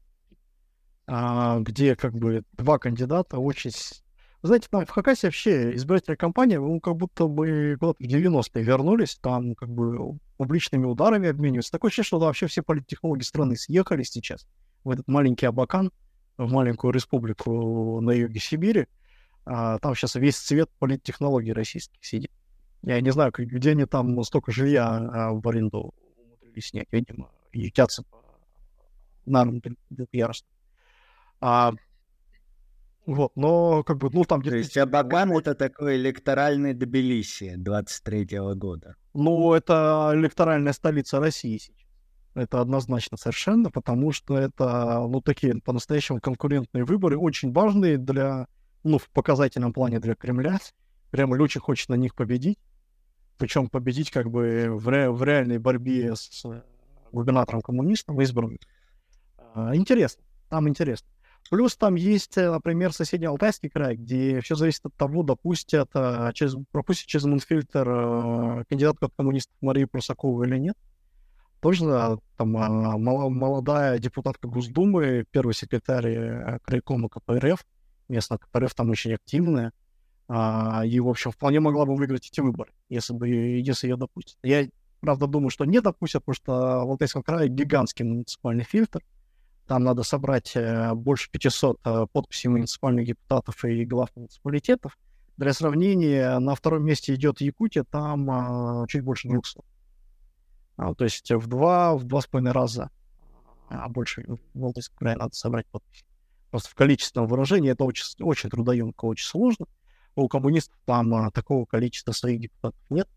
а, где как бы два кандидата очень... Знаете, там в Хакасии вообще избирательная кампания, ну, как будто бы куда-то в девяностые вернулись, там как бы публичными ударами обмениваются. Такое ощущение, что да, вообще все политтехнологи страны съехали сейчас в этот маленький Абакан, в маленькую республику на юге Сибири. А, там сейчас весь цвет политтехнологий российских сидит. Я не знаю, как, где они там столько жилья а, в аренду умудрились снять. Видимо, ютятся по нарам яростно. А, Вот, но как бы, ну там... То есть Абакан — это такой электоральный Тбилиси двадцать третьего года. Ну, это электоральная столица России сейчас. Это однозначно совершенно, потому что это, ну, такие по-настоящему конкурентные выборы, очень важные для, ну, в показательном плане для Кремля. Кремль очень хочет на них победить, причем победить как бы в, ре- в реальной борьбе с губернатором-коммунистом избранным. А, интересно, там интересно. Плюс там есть, например, соседний Алтайский край, где все зависит от того, допустят, через, пропустят через Мунфильтр э, кандидатку от коммунистов Марию Прусакову или нет. Тоже там молодая депутатка Госдумы, первый секретарь крайкома КПРФ, местная КПРФ там очень активная, а, и, в общем, вполне могла бы выиграть эти выборы, если бы если ее допустят. Я, правда, думаю, что не допустят, потому что в Алтайском крае гигантский муниципальный фильтр. Там надо собрать э, больше пятисот э, подписей муниципальных депутатов и глав муниципалитетов. Для сравнения, на втором месте идет Якутия, там э, чуть больше двухсот. А, то есть в два, в два с половиной раза а больше в Алтайском крае надо собрать подписи. Просто в количественном выражении это очень, очень трудоемко, очень сложно. У коммунистов там а, такого количества своих депутатов нет.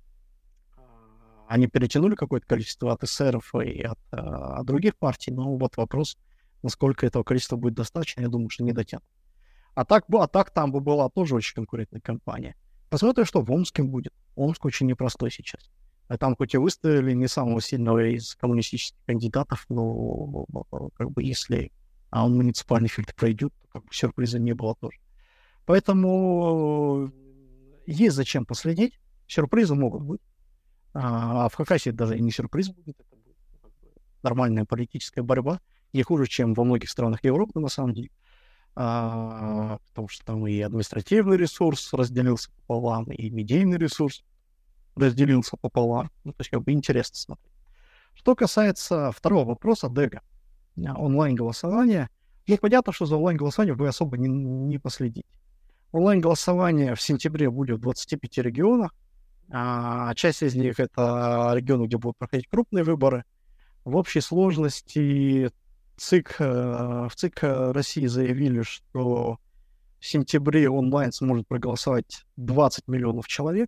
Они перетянули какое-то количество от эсеров и от, а, от других партий, но вот вопрос, насколько этого количества будет достаточно, я думаю, что не дотянут. А так, а так там бы была тоже очень конкурентная кампания. Посмотрим, что в Омске будет. Омск очень непростой сейчас. А там хоть и выставили не самого сильного из коммунистических кандидатов, но как бы если а он муниципальный фильтр пройдет, то как бы сюрприза не было тоже. Поэтому есть зачем последить. Сюрпризы могут быть. А в Хакасии даже и не сюрприз будет. Это будет как бы нормальная политическая борьба. Не хуже, чем во многих странах Европы, на самом деле. А, потому что там и административный ресурс разделился пополам, и медийный ресурс разделился пополам. Ну, то есть, как бы интересно смотреть. Что касается второго вопроса, ДЭГа, онлайн-голосования, ну, понятно, что за онлайн-голосование вы особо не, не последите. Онлайн-голосование в сентябре будет в двадцати пяти регионах. А часть из них — это регионы, где будут проходить крупные выборы. В общей сложности ЦИК, в ЦИК России заявили, что в сентябре онлайн сможет проголосовать двадцать миллионов человек.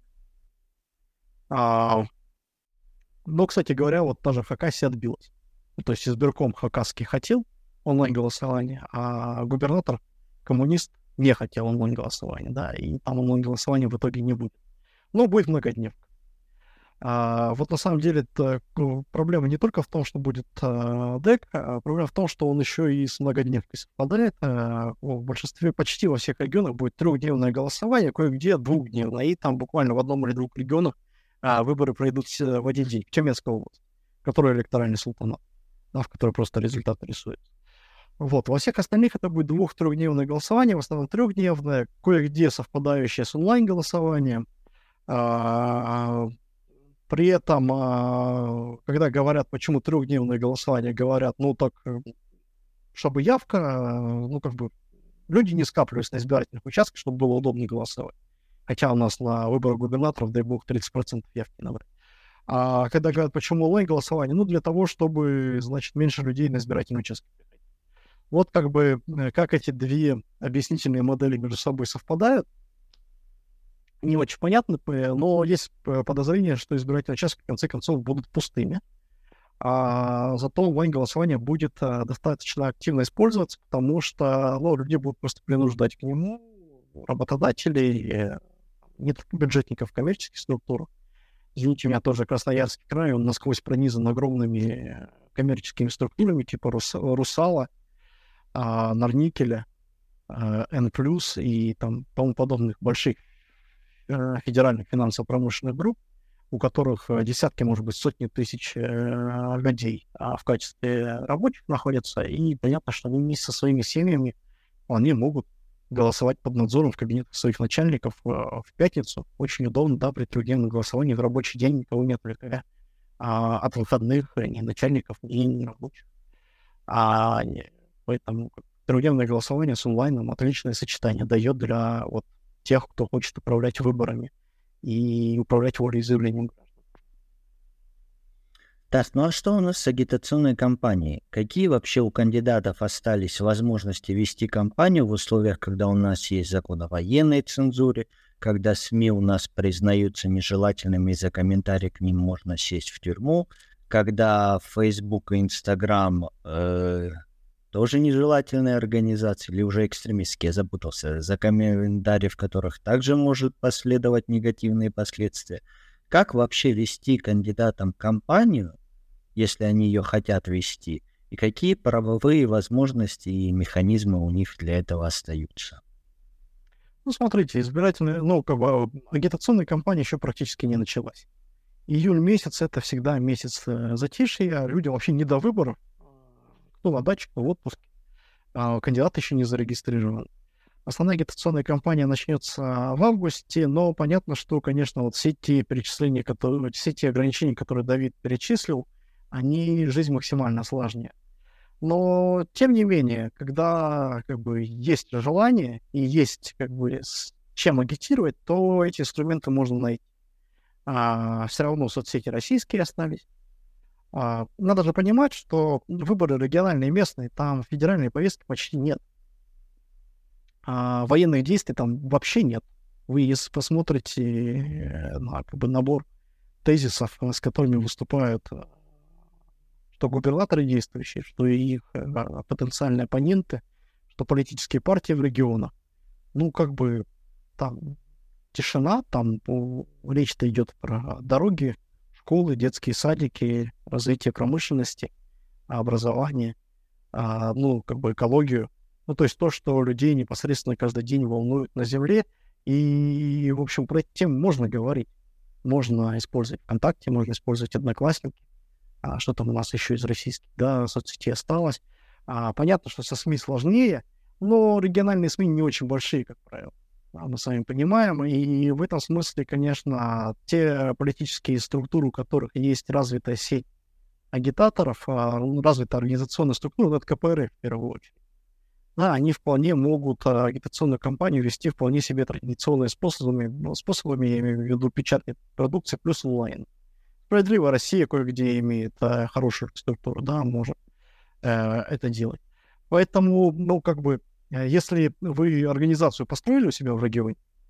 А, но, кстати говоря, вот та же Хакасия отбилась. То есть избирком хакасский хотел онлайн-голосование, а губернатор, коммунист, не хотел онлайн-голосования, да, и там онлайн-голосования в итоге не будет. Но будет многодневка. А, вот на самом деле это, ну, проблема не только в том, что будет а, ДЭК, а проблема в том, что он еще и с многодневкой совпадает. А, в большинстве, почти во всех регионах будет трехдневное голосование, кое-где двухдневное, и там буквально в одном или двух регионах а, выборы пройдут в один день. Тюменская область, которая электоральный султанат, да, в которой просто результаты рисуются. Вот. Во всех остальных это будет двух-трехдневное голосование, в основном трехдневное, кое-где совпадающее с онлайн-голосованием. А, при этом, а, когда говорят, почему трехдневное голосование, говорят, ну так, чтобы явка, ну как бы люди не скапливались на избирательных участках, чтобы было удобно голосовать. Хотя у нас на выборах губернаторов, дай бог, тридцать процентов явки набрать. А когда говорят, почему онлайн-голосование, ну для того, чтобы, значит, меньше людей на избирательные участки приходить. Вот как бы, как эти две объяснительные модели между собой совпадают, не очень понятно, но есть подозрение, что избирательные участки в конце концов будут пустыми. А зато онлайн-голосование будет а, достаточно активно использоваться, потому что ну, люди будут просто принуждать к нему работодателей, не только бюджетников, коммерческих структур. Извините меня, тоже Красноярский край, он насквозь пронизан огромными коммерческими структурами, типа Рус, Русала, а, Норникеля, а, Н+, и там тому подобных больших федеральных финансово-промышленных групп, у которых десятки, может быть, сотни тысяч э, людей а в качестве рабочих находятся, и понятно, что они вместе со своими семьями они могут голосовать под надзором в кабинетах своих начальников э, в пятницу. Очень удобно, да, при трехдневном голосовании в рабочий день никого не отвлекая а, от выходных ни начальников, ни рабочих. А, поэтому трехдневное голосование с онлайном отличное сочетание дает для вот тех, кто хочет управлять выборами и управлять волеизъявлением граждан. Так, ну а что у нас с агитационной кампанией? Какие вообще у кандидатов остались возможности вести кампанию в условиях, когда у нас есть закон о военной цензуре, когда СМИ у нас признаются нежелательными, из-за комментариев к ним можно сесть в тюрьму, когда Facebook и Instagram э, тоже нежелательные организации, или уже экстремистские, я запутался, за комментарии, в которых также может последовать негативные последствия. Как вообще вести кандидатам кампанию, если они ее хотят вести, и какие правовые возможности и механизмы у них для этого остаются? Ну, смотрите, избирательная, ну, как бы агитационная кампания еще практически не началась. Июль месяц — это всегда месяц э, затишья, людям вообще не до выборов. Кто на даче, кто в отпуске. А кандидат еще не зарегистрирован. Основная агитационная кампания начнется в августе, но понятно, что, конечно, вот все те перечисления, которые, все те ограничения, которые Давид перечислил, они жизнь максимально осложняют. Но, тем не менее, когда как бы есть желание и есть как бы с чем агитировать, то эти инструменты можно найти. А, все равно соцсети российские остались. А, надо же понимать, что выборы региональные, местные, там федеральной повестки почти нет. А, военных действий там вообще нет. Вы, если посмотрите на как бы набор тезисов, с которыми выступают что губернаторы действующие, что и их э, потенциальные оппоненты, что политические партии в регионах, ну, как бы там тишина, там о, речь-то идет про дороги, школы, детские садики, развитие промышленности, образование, а, ну, как бы экологию. Ну, то есть то, что людей непосредственно каждый день волнует на земле, и, в общем, про эти темы можно говорить. Можно использовать ВКонтакте, можно использовать Одноклассники. А что там у нас еще из российских, да, соцсетей осталось. А, понятно, что со СМИ сложнее, но региональные СМИ не очень большие, как правило. А, мы с вами понимаем. И в этом смысле, конечно, те политические структуры, у которых есть развитая сеть агитаторов, а, развитая организационная структура, это ка пэ эр эф в первую очередь. Да, они вполне могут а, агитационную кампанию вести вполне себе традиционными способами, ну, способами, я имею в виду печатной продукции плюс онлайн. Справедливая Россия кое-где имеет э, хорошую структуру, да, может э, это делать. Поэтому, ну, как бы, э, если вы организацию построили у себя в регионе,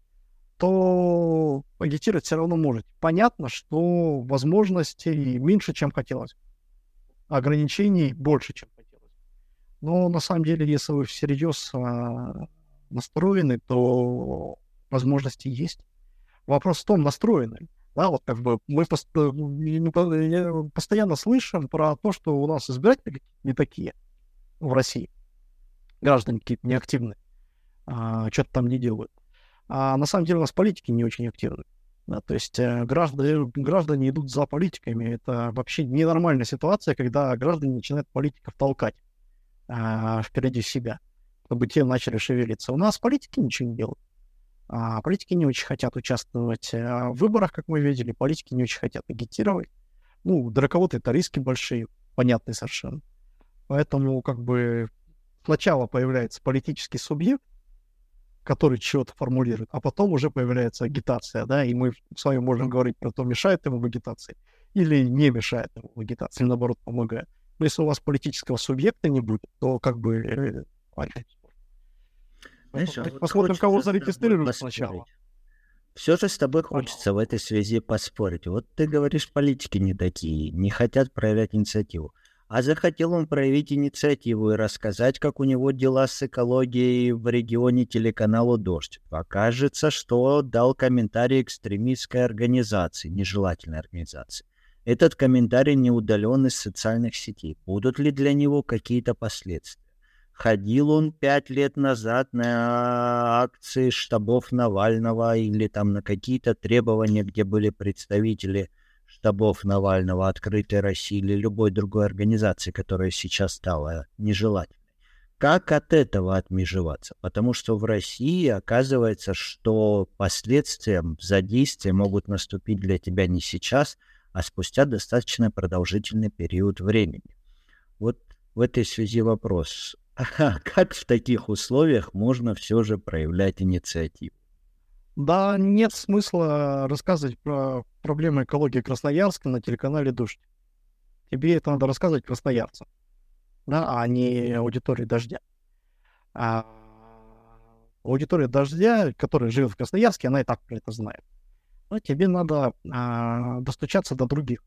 то агитировать все равно можете. Понятно, что возможностей меньше, чем хотелось. Ограничений больше, чем хотелось. Но, на самом деле, если вы всерьез э, настроены, то возможности есть. Вопрос в том, настроены ли. Да, вот как бы мы пост- постоянно слышим про то, что у нас избиратели не такие в России. Граждане какие-то неактивные, а, что-то там не делают. А на самом деле у нас политики не очень активны. Да, то есть э, граждане, граждане идут за политиками. Это вообще ненормальная ситуация, когда граждане начинают политиков толкать а, впереди себя, чтобы те начали шевелиться. У нас политики ничего не делают. А политики не очень хотят участвовать в выборах, как мы видели, политики не очень хотят агитировать. Ну, для кого-то это риски большие, понятные совершенно. Поэтому, как бы, сначала появляется политический субъект, который чего-то формулирует, а потом уже появляется агитация, да, и мы с вами можем говорить про то, мешает ему в агитации или не мешает ему в агитации, или наоборот помогает. Но если у вас политического субъекта не будет, то, как бы, Знаешь, а вот посмотрим, кого хочется с тобой зарегистрируют поспорить. сначала. Все же с тобой хочется в этой связи поспорить. Вот ты говоришь, политики не такие, не хотят проявлять инициативу. А захотел он проявить инициативу и рассказать, как у него дела с экологией в регионе телеканалу «Дождь». Покажется, что дал комментарий экстремистской организации, нежелательной организации. Этот комментарий не удален из социальных сетей. Будут ли для него какие-то последствия? Ходил он пять лет назад на акции штабов Навального или там на какие-то требования, где были представители штабов Навального, Открытой России или любой другой организации, которая сейчас стала нежелательной. Как от этого отмежеваться? Потому что в России оказывается, что последствия за действия могут наступить для тебя не сейчас, а спустя достаточно продолжительный период времени. Вот в этой связи вопрос. А как в таких условиях можно все же проявлять инициативу? Да, нет смысла рассказывать про проблемы экологии Красноярска на телеканале «Дождь». Тебе это надо рассказывать красноярцам, да, а не аудитории «Дождя». А аудитория «Дождя», которая живет в Красноярске, она и так про это знает. Но тебе надо а, достучаться до других.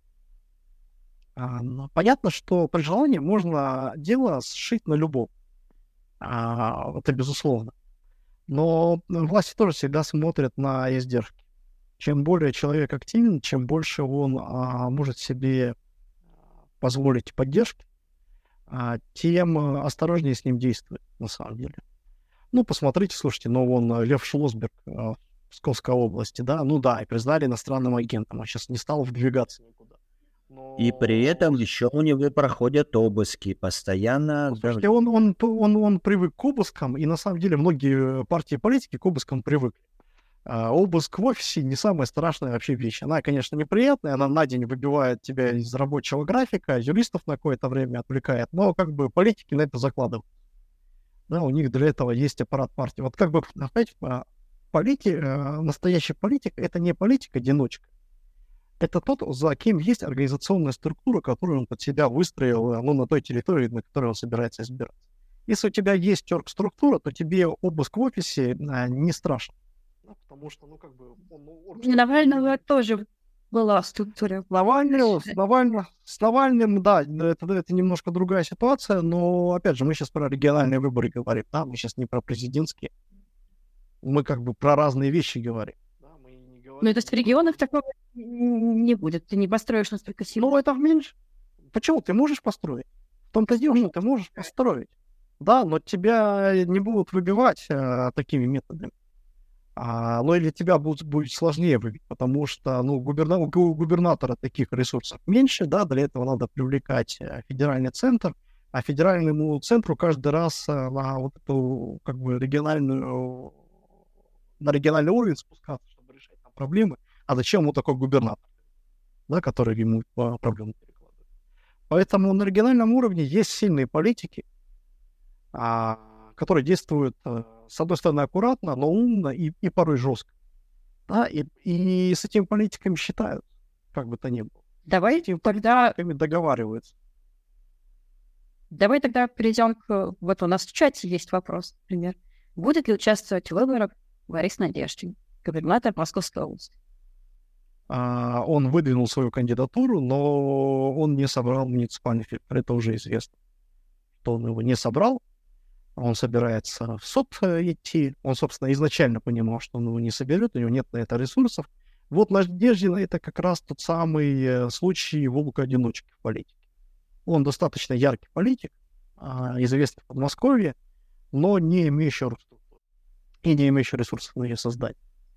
А, ну, понятно, что при желании можно дело сшить на любом. А, это безусловно. Но власти тоже всегда смотрят на издержки. Чем более человек активен, чем больше он а, может себе позволить поддержки, а, тем осторожнее с ним действовать, на самом деле. Ну, посмотрите, слушайте, ну, вон Лев Шлосберг а, в Псковской области, да, ну да, и признали иностранным агентом, он сейчас не стал вдвигаться никуда. Но... И при этом еще у него проходят обыски постоянно. Слушайте, он, он, он, он привык к обыскам, и на самом деле многие партии и политики к обыскам привыкли. А, обыск в офисе не самая страшная вообще вещь. Она, конечно, неприятная, она на день выбивает тебя из рабочего графика, юристов на какое-то время отвлекает, но как бы политики на это закладывают. Да, у них для этого есть аппарат партии. Вот как бы, знаете, полити, настоящий политик — это не политик-одиночка. Это тот, за кем есть организационная структура, которую он под себя выстроил, ну, на той территории, на которой он собирается избираться. Если у тебя есть оргструктура, то тебе обыск в офисе а, не страшен. Ну, потому что, ну, как бы... Он, он, У Навального тоже была структура. Навальный, с, Навальным, с Навальным, да, это, это немножко другая ситуация, но, опять же, мы сейчас про региональные выборы говорим, да, мы сейчас не про президентские. Мы как бы про разные вещи говорим. Ну, то есть в регионах такого не будет. Ты не построишь настолько сильно. Ну, это меньше. Почему? Ты можешь построить? В том-то дело, что ты можешь построить. Да, но тебя не будут выбивать а, такими методами. А, но или тебя будет, будет сложнее выбить, потому что ну, губерна... у губернатора таких ресурсов меньше, да, для этого надо привлекать федеральный центр, а федеральному центру каждый раз на вот эту как бы региональную, на региональный уровень спускаться, проблемы, а зачем ему такой губернатор, да, который ему проблемы перекладывает. Поэтому на региональном уровне есть сильные политики, а, которые действуют, а, с одной стороны, аккуратно, но умно и, и порой жестко. Да, и, и с этими политиками считают, как бы то ни было. Давайте тогда... договариваются. Давай тогда перейдем к... Вот у нас в чате есть вопрос, например. Будет ли участвовать в выборах Борис Надеждин, губернатор Московской области? А, он выдвинул свою кандидатуру, но он не собрал муниципальный фильтр. Это уже известно, что он его не собрал. Он собирается в суд идти. Он, собственно, изначально понимал, что он его не соберет, у него нет на это ресурсов. Вот Надеждин — это как раз тот самый случай волка-одиночки в политике. Он достаточно яркий политик, известный в Подмосковье, но не имеющий структуры и не имеющий ресурсов на ее создание.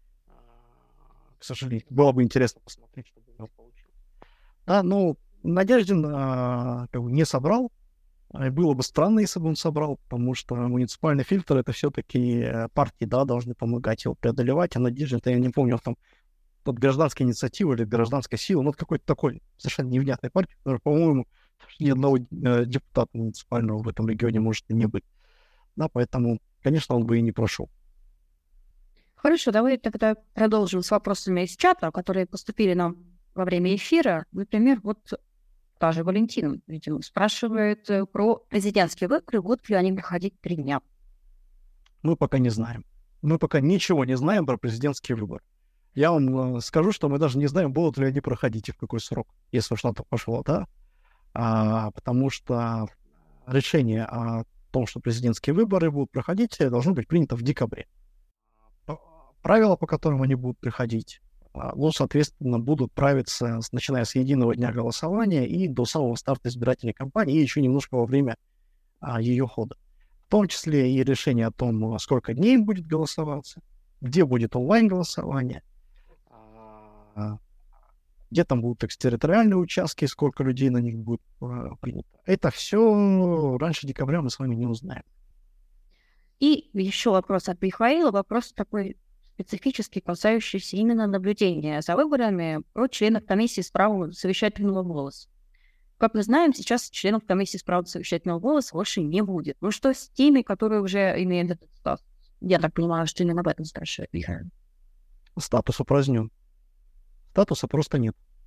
К сожалению, было бы интересно посмотреть, что бы у него получилось. Да, но Надеждин а, как бы не собрал. И было бы странно, если бы он собрал, потому что муниципальный фильтр — это все-таки партии, да, должны помогать его преодолевать. А Надеждин, я не помню, там от гражданской инициативы или гражданской силы, ну, это какой-то такой совершенно невнятной партии, которая, по-моему, ни одного э, депутата муниципального в этом регионе может и не быть. Да, поэтому, конечно, он бы и не прошел. Хорошо, давай тогда продолжим с вопросами из чата, которые поступили нам во время эфира. Например, вот та же Валентина, видимо, спрашивает про президентские выборы, будут ли они проходить три дня. Мы пока не знаем. Мы пока ничего не знаем про президентские выборы. Я вам э, скажу, что мы даже не знаем, будут ли они проходить и в какой срок, если уж на то пошло, да? А, потому что решение о том, что президентские выборы будут проходить, должно быть принято в декабре. Правила, по которым они будут приходить, ну, соответственно, будут правиться, начиная с единого дня голосования и до самого старта избирательной кампании, и еще немножко во время а, ее хода. В том числе и решение о том, сколько дней будет голосоваться, где будет онлайн-голосование, а, где там будут экстерриториальные участки, сколько людей на них будет а, принято. Это все раньше декабря мы с вами не узнаем. И еще вопрос от Михаила, вопрос такой специфически касающийся именно наблюдения за выборами про членов комиссии с правом совещательного голоса. Как мы знаем, сейчас членов комиссии с правом совещательного голоса больше не будет. Ну что с теми, которые уже имеют этот статус? Я так понимаю, что именно об этом спрашивает Михаил. Статус упразднен. Статуса просто нет.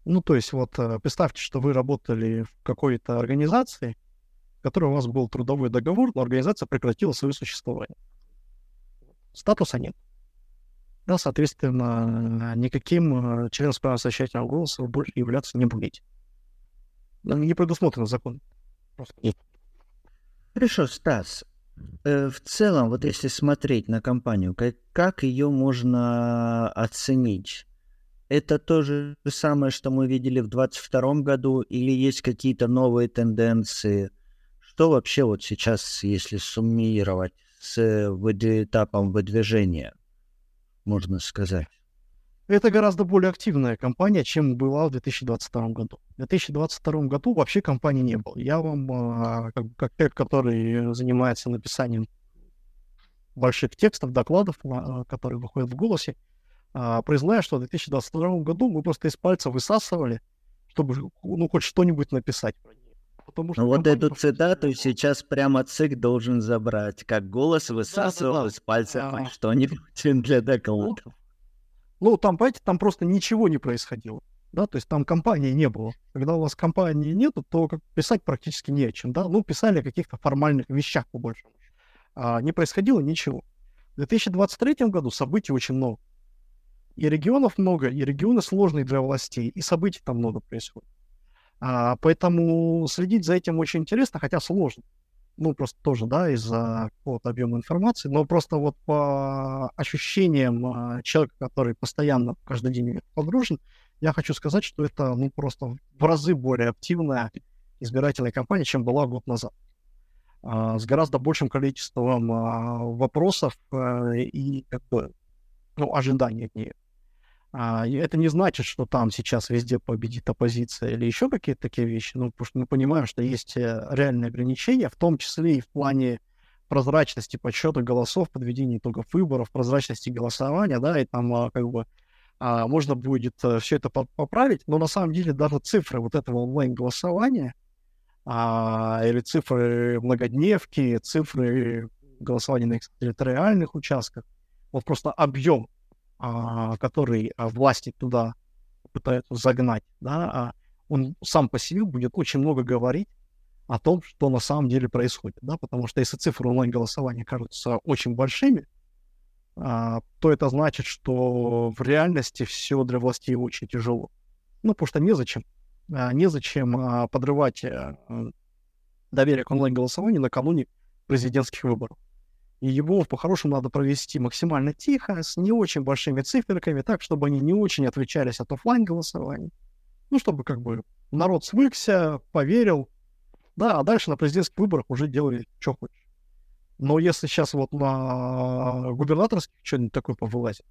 Ну, то есть вот представьте, что вы работали в какой-то организации, в которой у вас был трудовой договор, но организация прекратила свое существование. Статуса нет. Да, соответственно, никаким членом правоосуществительного голоса вы больше являться не будете. Не предусмотрено законом. Просто нет. Хорошо, Стас. Э, в целом, вот если смотреть на компанию, как, как ее можно оценить? Это то же самое, что мы видели в двадцать втором году, или есть какие-то новые тенденции? Что вообще вот сейчас, если суммировать с этапом выдвижения, можно сказать? Это гораздо более активная компания, чем была в две тысячи двадцать втором году. В две тысячи двадцать втором году вообще компании не было. Я вам, как, как человек, который занимается написанием больших текстов, докладов, которые выходят в голосе, признаю, что в две тысячи двадцать втором году мы просто из пальца высасывали, чтобы ну, хоть что-нибудь написать про нее. Потому что ну вот эту цитату сейчас прямо ЦИК должен забрать, как голос высасывал да, да, да. из пальца а... что-нибудь для докладов. Ну, там, понимаете, там просто ничего не происходило, да, то есть там компании не было. Когда у вас компании нету, то как, писать практически не о чем, да, ну, писали о каких-то формальных вещах, по большому. А, не происходило ничего. В две тысячи двадцать третьем году событий очень много. И регионов много, и регионы сложные для властей, и событий там много происходит. А, поэтому следить за этим очень интересно, хотя сложно. Ну, просто тоже, да, из-за какого-то объема информации, но просто вот по ощущениям а, человека, который постоянно каждый день погружен, я хочу сказать, что это, ну, просто в разы более активная избирательная кампания, чем была год назад. А, с гораздо большим количеством а, вопросов а, и, как бы, ну, ожиданий от нее. А, и это не значит, что там сейчас везде победит оппозиция или еще какие-то такие вещи, ну, потому что мы понимаем, что есть реальные ограничения, в том числе и в плане прозрачности подсчета голосов, подведения итогов выборов, прозрачности голосования, да, и там как бы а, можно будет все это поправить, но на самом деле даже цифры вот этого онлайн-голосования а, или цифры многодневки, цифры голосования на территориальных участках, вот просто объем, который власти туда пытаются загнать, да, он сам по себе будет очень много говорить о том, что на самом деле происходит, да, потому что если цифры онлайн-голосования кажутся очень большими, то это значит, что в реальности все для властей очень тяжело. Ну, потому что незачем, незачем подрывать доверие к онлайн-голосованию накануне президентских выборов. И его по-хорошему надо провести максимально тихо, с не очень большими циферками, так, чтобы они не очень отличались от офлайн-голосования. Ну, чтобы как бы народ свыкся, поверил, да, а дальше на президентских выборах уже делали, что хочешь. Но если сейчас вот на губернаторских что-нибудь такое повылазит,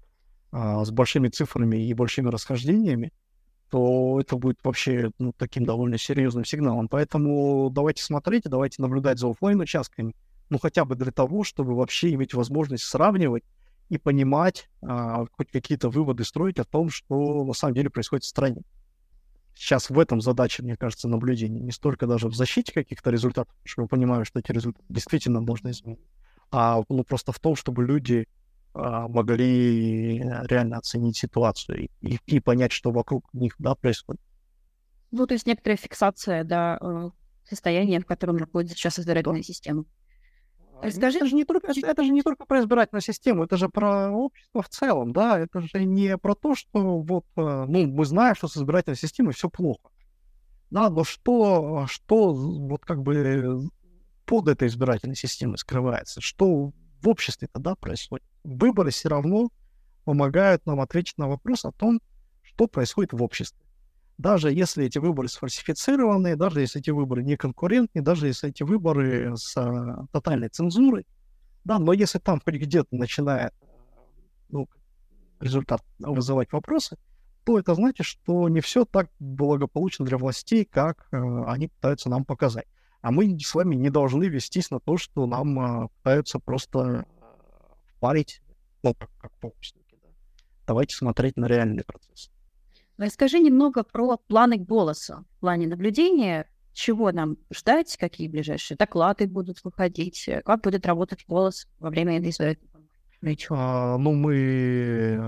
а, с большими цифрами и большими расхождениями, то это будет вообще ну, таким довольно серьезным сигналом. Поэтому давайте смотреть, давайте наблюдать за офлайн-участками, ну, хотя бы для того, чтобы вообще иметь возможность сравнивать и понимать, а, хоть какие-то выводы строить о том, что на самом деле происходит в стране. Сейчас в этом задача, мне кажется, наблюдения. Не столько даже в защите каких-то результатов, потому что мы понимаем, что эти результаты действительно можно изменить, а ну, просто в том, чтобы люди а, могли реально оценить ситуацию и, и понять, что вокруг них да, происходит. Ну, то есть некоторая фиксация да, состояния, в котором находится сейчас избирательная да. система. Скажи, это же, не только, это, это же не только про избирательную систему, это же про общество в целом, да, это же не про то, что вот, ну, мы знаем, что с избирательной системой все плохо, да, но что, что вот как бы под этой избирательной системой скрывается, что в обществе-то, да, происходит. Выборы все равно помогают нам ответить на вопрос о том, что происходит в обществе. Даже если эти выборы сфальсифицированы, даже если эти выборы не конкурентные, даже если эти выборы с а, тотальной цензурой, да, но если там хоть где-то начинает ну, результат вызывать вопросы, то это значит, что не все так благополучно для властей, как а, они пытаются нам показать. А мы с вами не должны вестись на то, что нам а, пытаются просто впарить, ну, как, как фокусники. Да. Давайте смотреть на реальный процесс. Расскажи немного про планы голоса, в плане наблюдения, чего нам ждать, какие ближайшие доклады будут выходить, как будет работать голос во время этой избирательной кампании. А, ну, мы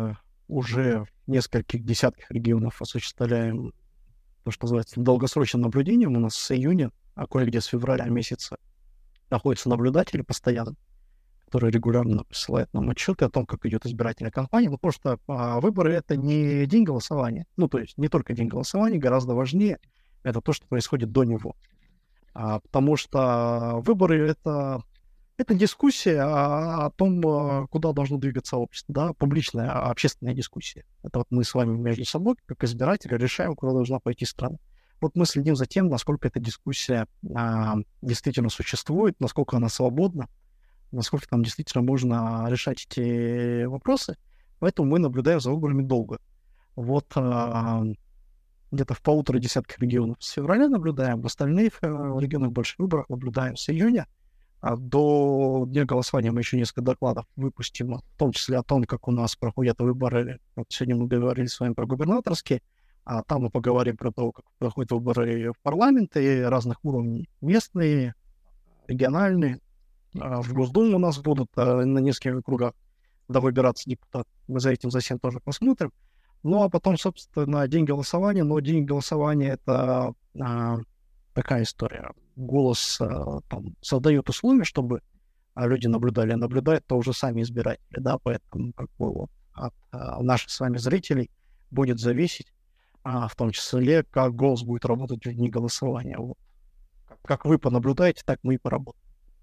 уже в нескольких десятках регионов осуществляем то, что называется долгосрочным наблюдением. У нас с июня, а кое-где с февраля месяца находятся наблюдатели постоянно, которые регулярно присылают нам отчеты о том, как идет избирательная кампания. Ну, потому что а, выборы — это не день голосования. Ну, то есть не только день голосования, гораздо важнее это то, что происходит до него. А, потому что выборы — это, это дискуссия о, о том, куда должно двигаться общество, да, публичная, общественная дискуссия. Это вот мы с вами между собой, как избиратели, решаем, куда должна пойти страна. Вот мы следим за тем, насколько эта дискуссия а, действительно существует, насколько она свободна, насколько там действительно можно решать эти вопросы. Поэтому мы наблюдаем за выборами долго. Вот а, где-то в полутора десятках регионов с февраля наблюдаем, в остальных а, регионах больших выборов наблюдаем с июня. А до дня голосования мы еще несколько докладов выпустим, в том числе о том, как у нас проходят выборы. Вот сегодня мы говорили с вами про губернаторские, а там мы поговорим про то, как проходят выборы в парламенты разных уровней, местные, региональные. В Госдуму у нас будут а, на нескольких округах, да, выбираться депутат. Мы за этим, за всем тоже посмотрим. Ну, а потом, собственно, день голосования. Но день голосования — это а, такая история. Голос а, там создает условия, чтобы а, люди наблюдали. А наблюдают то уже сами избиратели, да, поэтому как бы, вот, от а, наших с вами зрителей будет зависеть, а, в том числе, как голос будет работать в дни голосования. Вот. Как, как вы понаблюдаете, так мы и поработаем.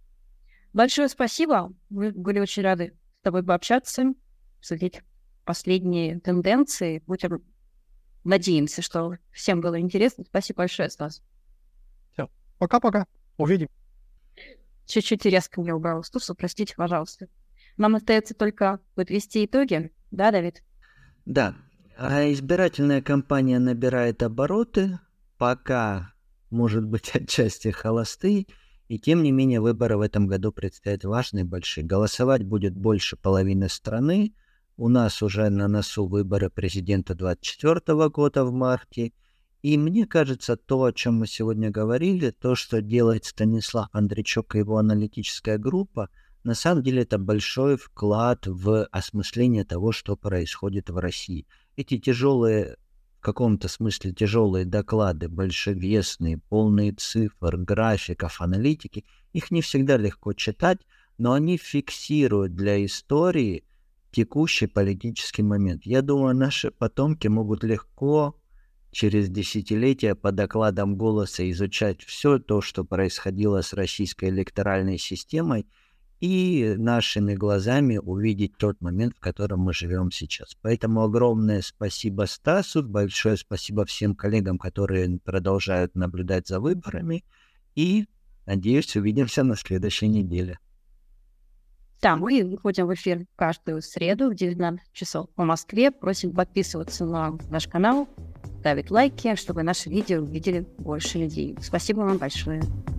Большое спасибо. Мы были очень рады с тобой пообщаться, обсудить последние тенденции. Будем надеемся, что всем было интересно. Спасибо большое, Стас. Все. Пока-пока. Увидим. Чуть-чуть резко мне убрал Стуса, простите, пожалуйста. Нам остается только подвести итоги. Да, Давид? Да. А избирательная кампания набирает обороты, пока, может быть, отчасти холостые. И тем не менее выборы в этом году предстоят важные, большие. Голосовать будет больше половины страны. У нас уже на носу выборы президента двадцать четвёртого года в марте. И мне кажется, то, о чем мы сегодня говорили, то, что делает Станислав Андрейчук и его аналитическая группа, на самом деле это большой вклад в осмысление того, что происходит в России. Эти тяжелые, в каком-то смысле тяжелые доклады, большевесные, полные цифр, графиков, аналитики, их не всегда легко читать, но они фиксируют для истории текущий политический момент. Я думаю, наши потомки могут легко через десятилетия по докладам «Голоса» изучать все то, что происходило с российской электоральной системой, и нашими глазами увидеть тот момент, в котором мы живем сейчас. Поэтому огромное спасибо Стасу, большое спасибо всем коллегам, которые продолжают наблюдать за выборами, и, надеюсь, увидимся на следующей неделе. Да, мы выходим в эфир каждую среду в девятнадцать часов по Москве. Просим подписываться на наш канал, ставить лайки, чтобы наши видео увидели больше людей. Спасибо вам большое.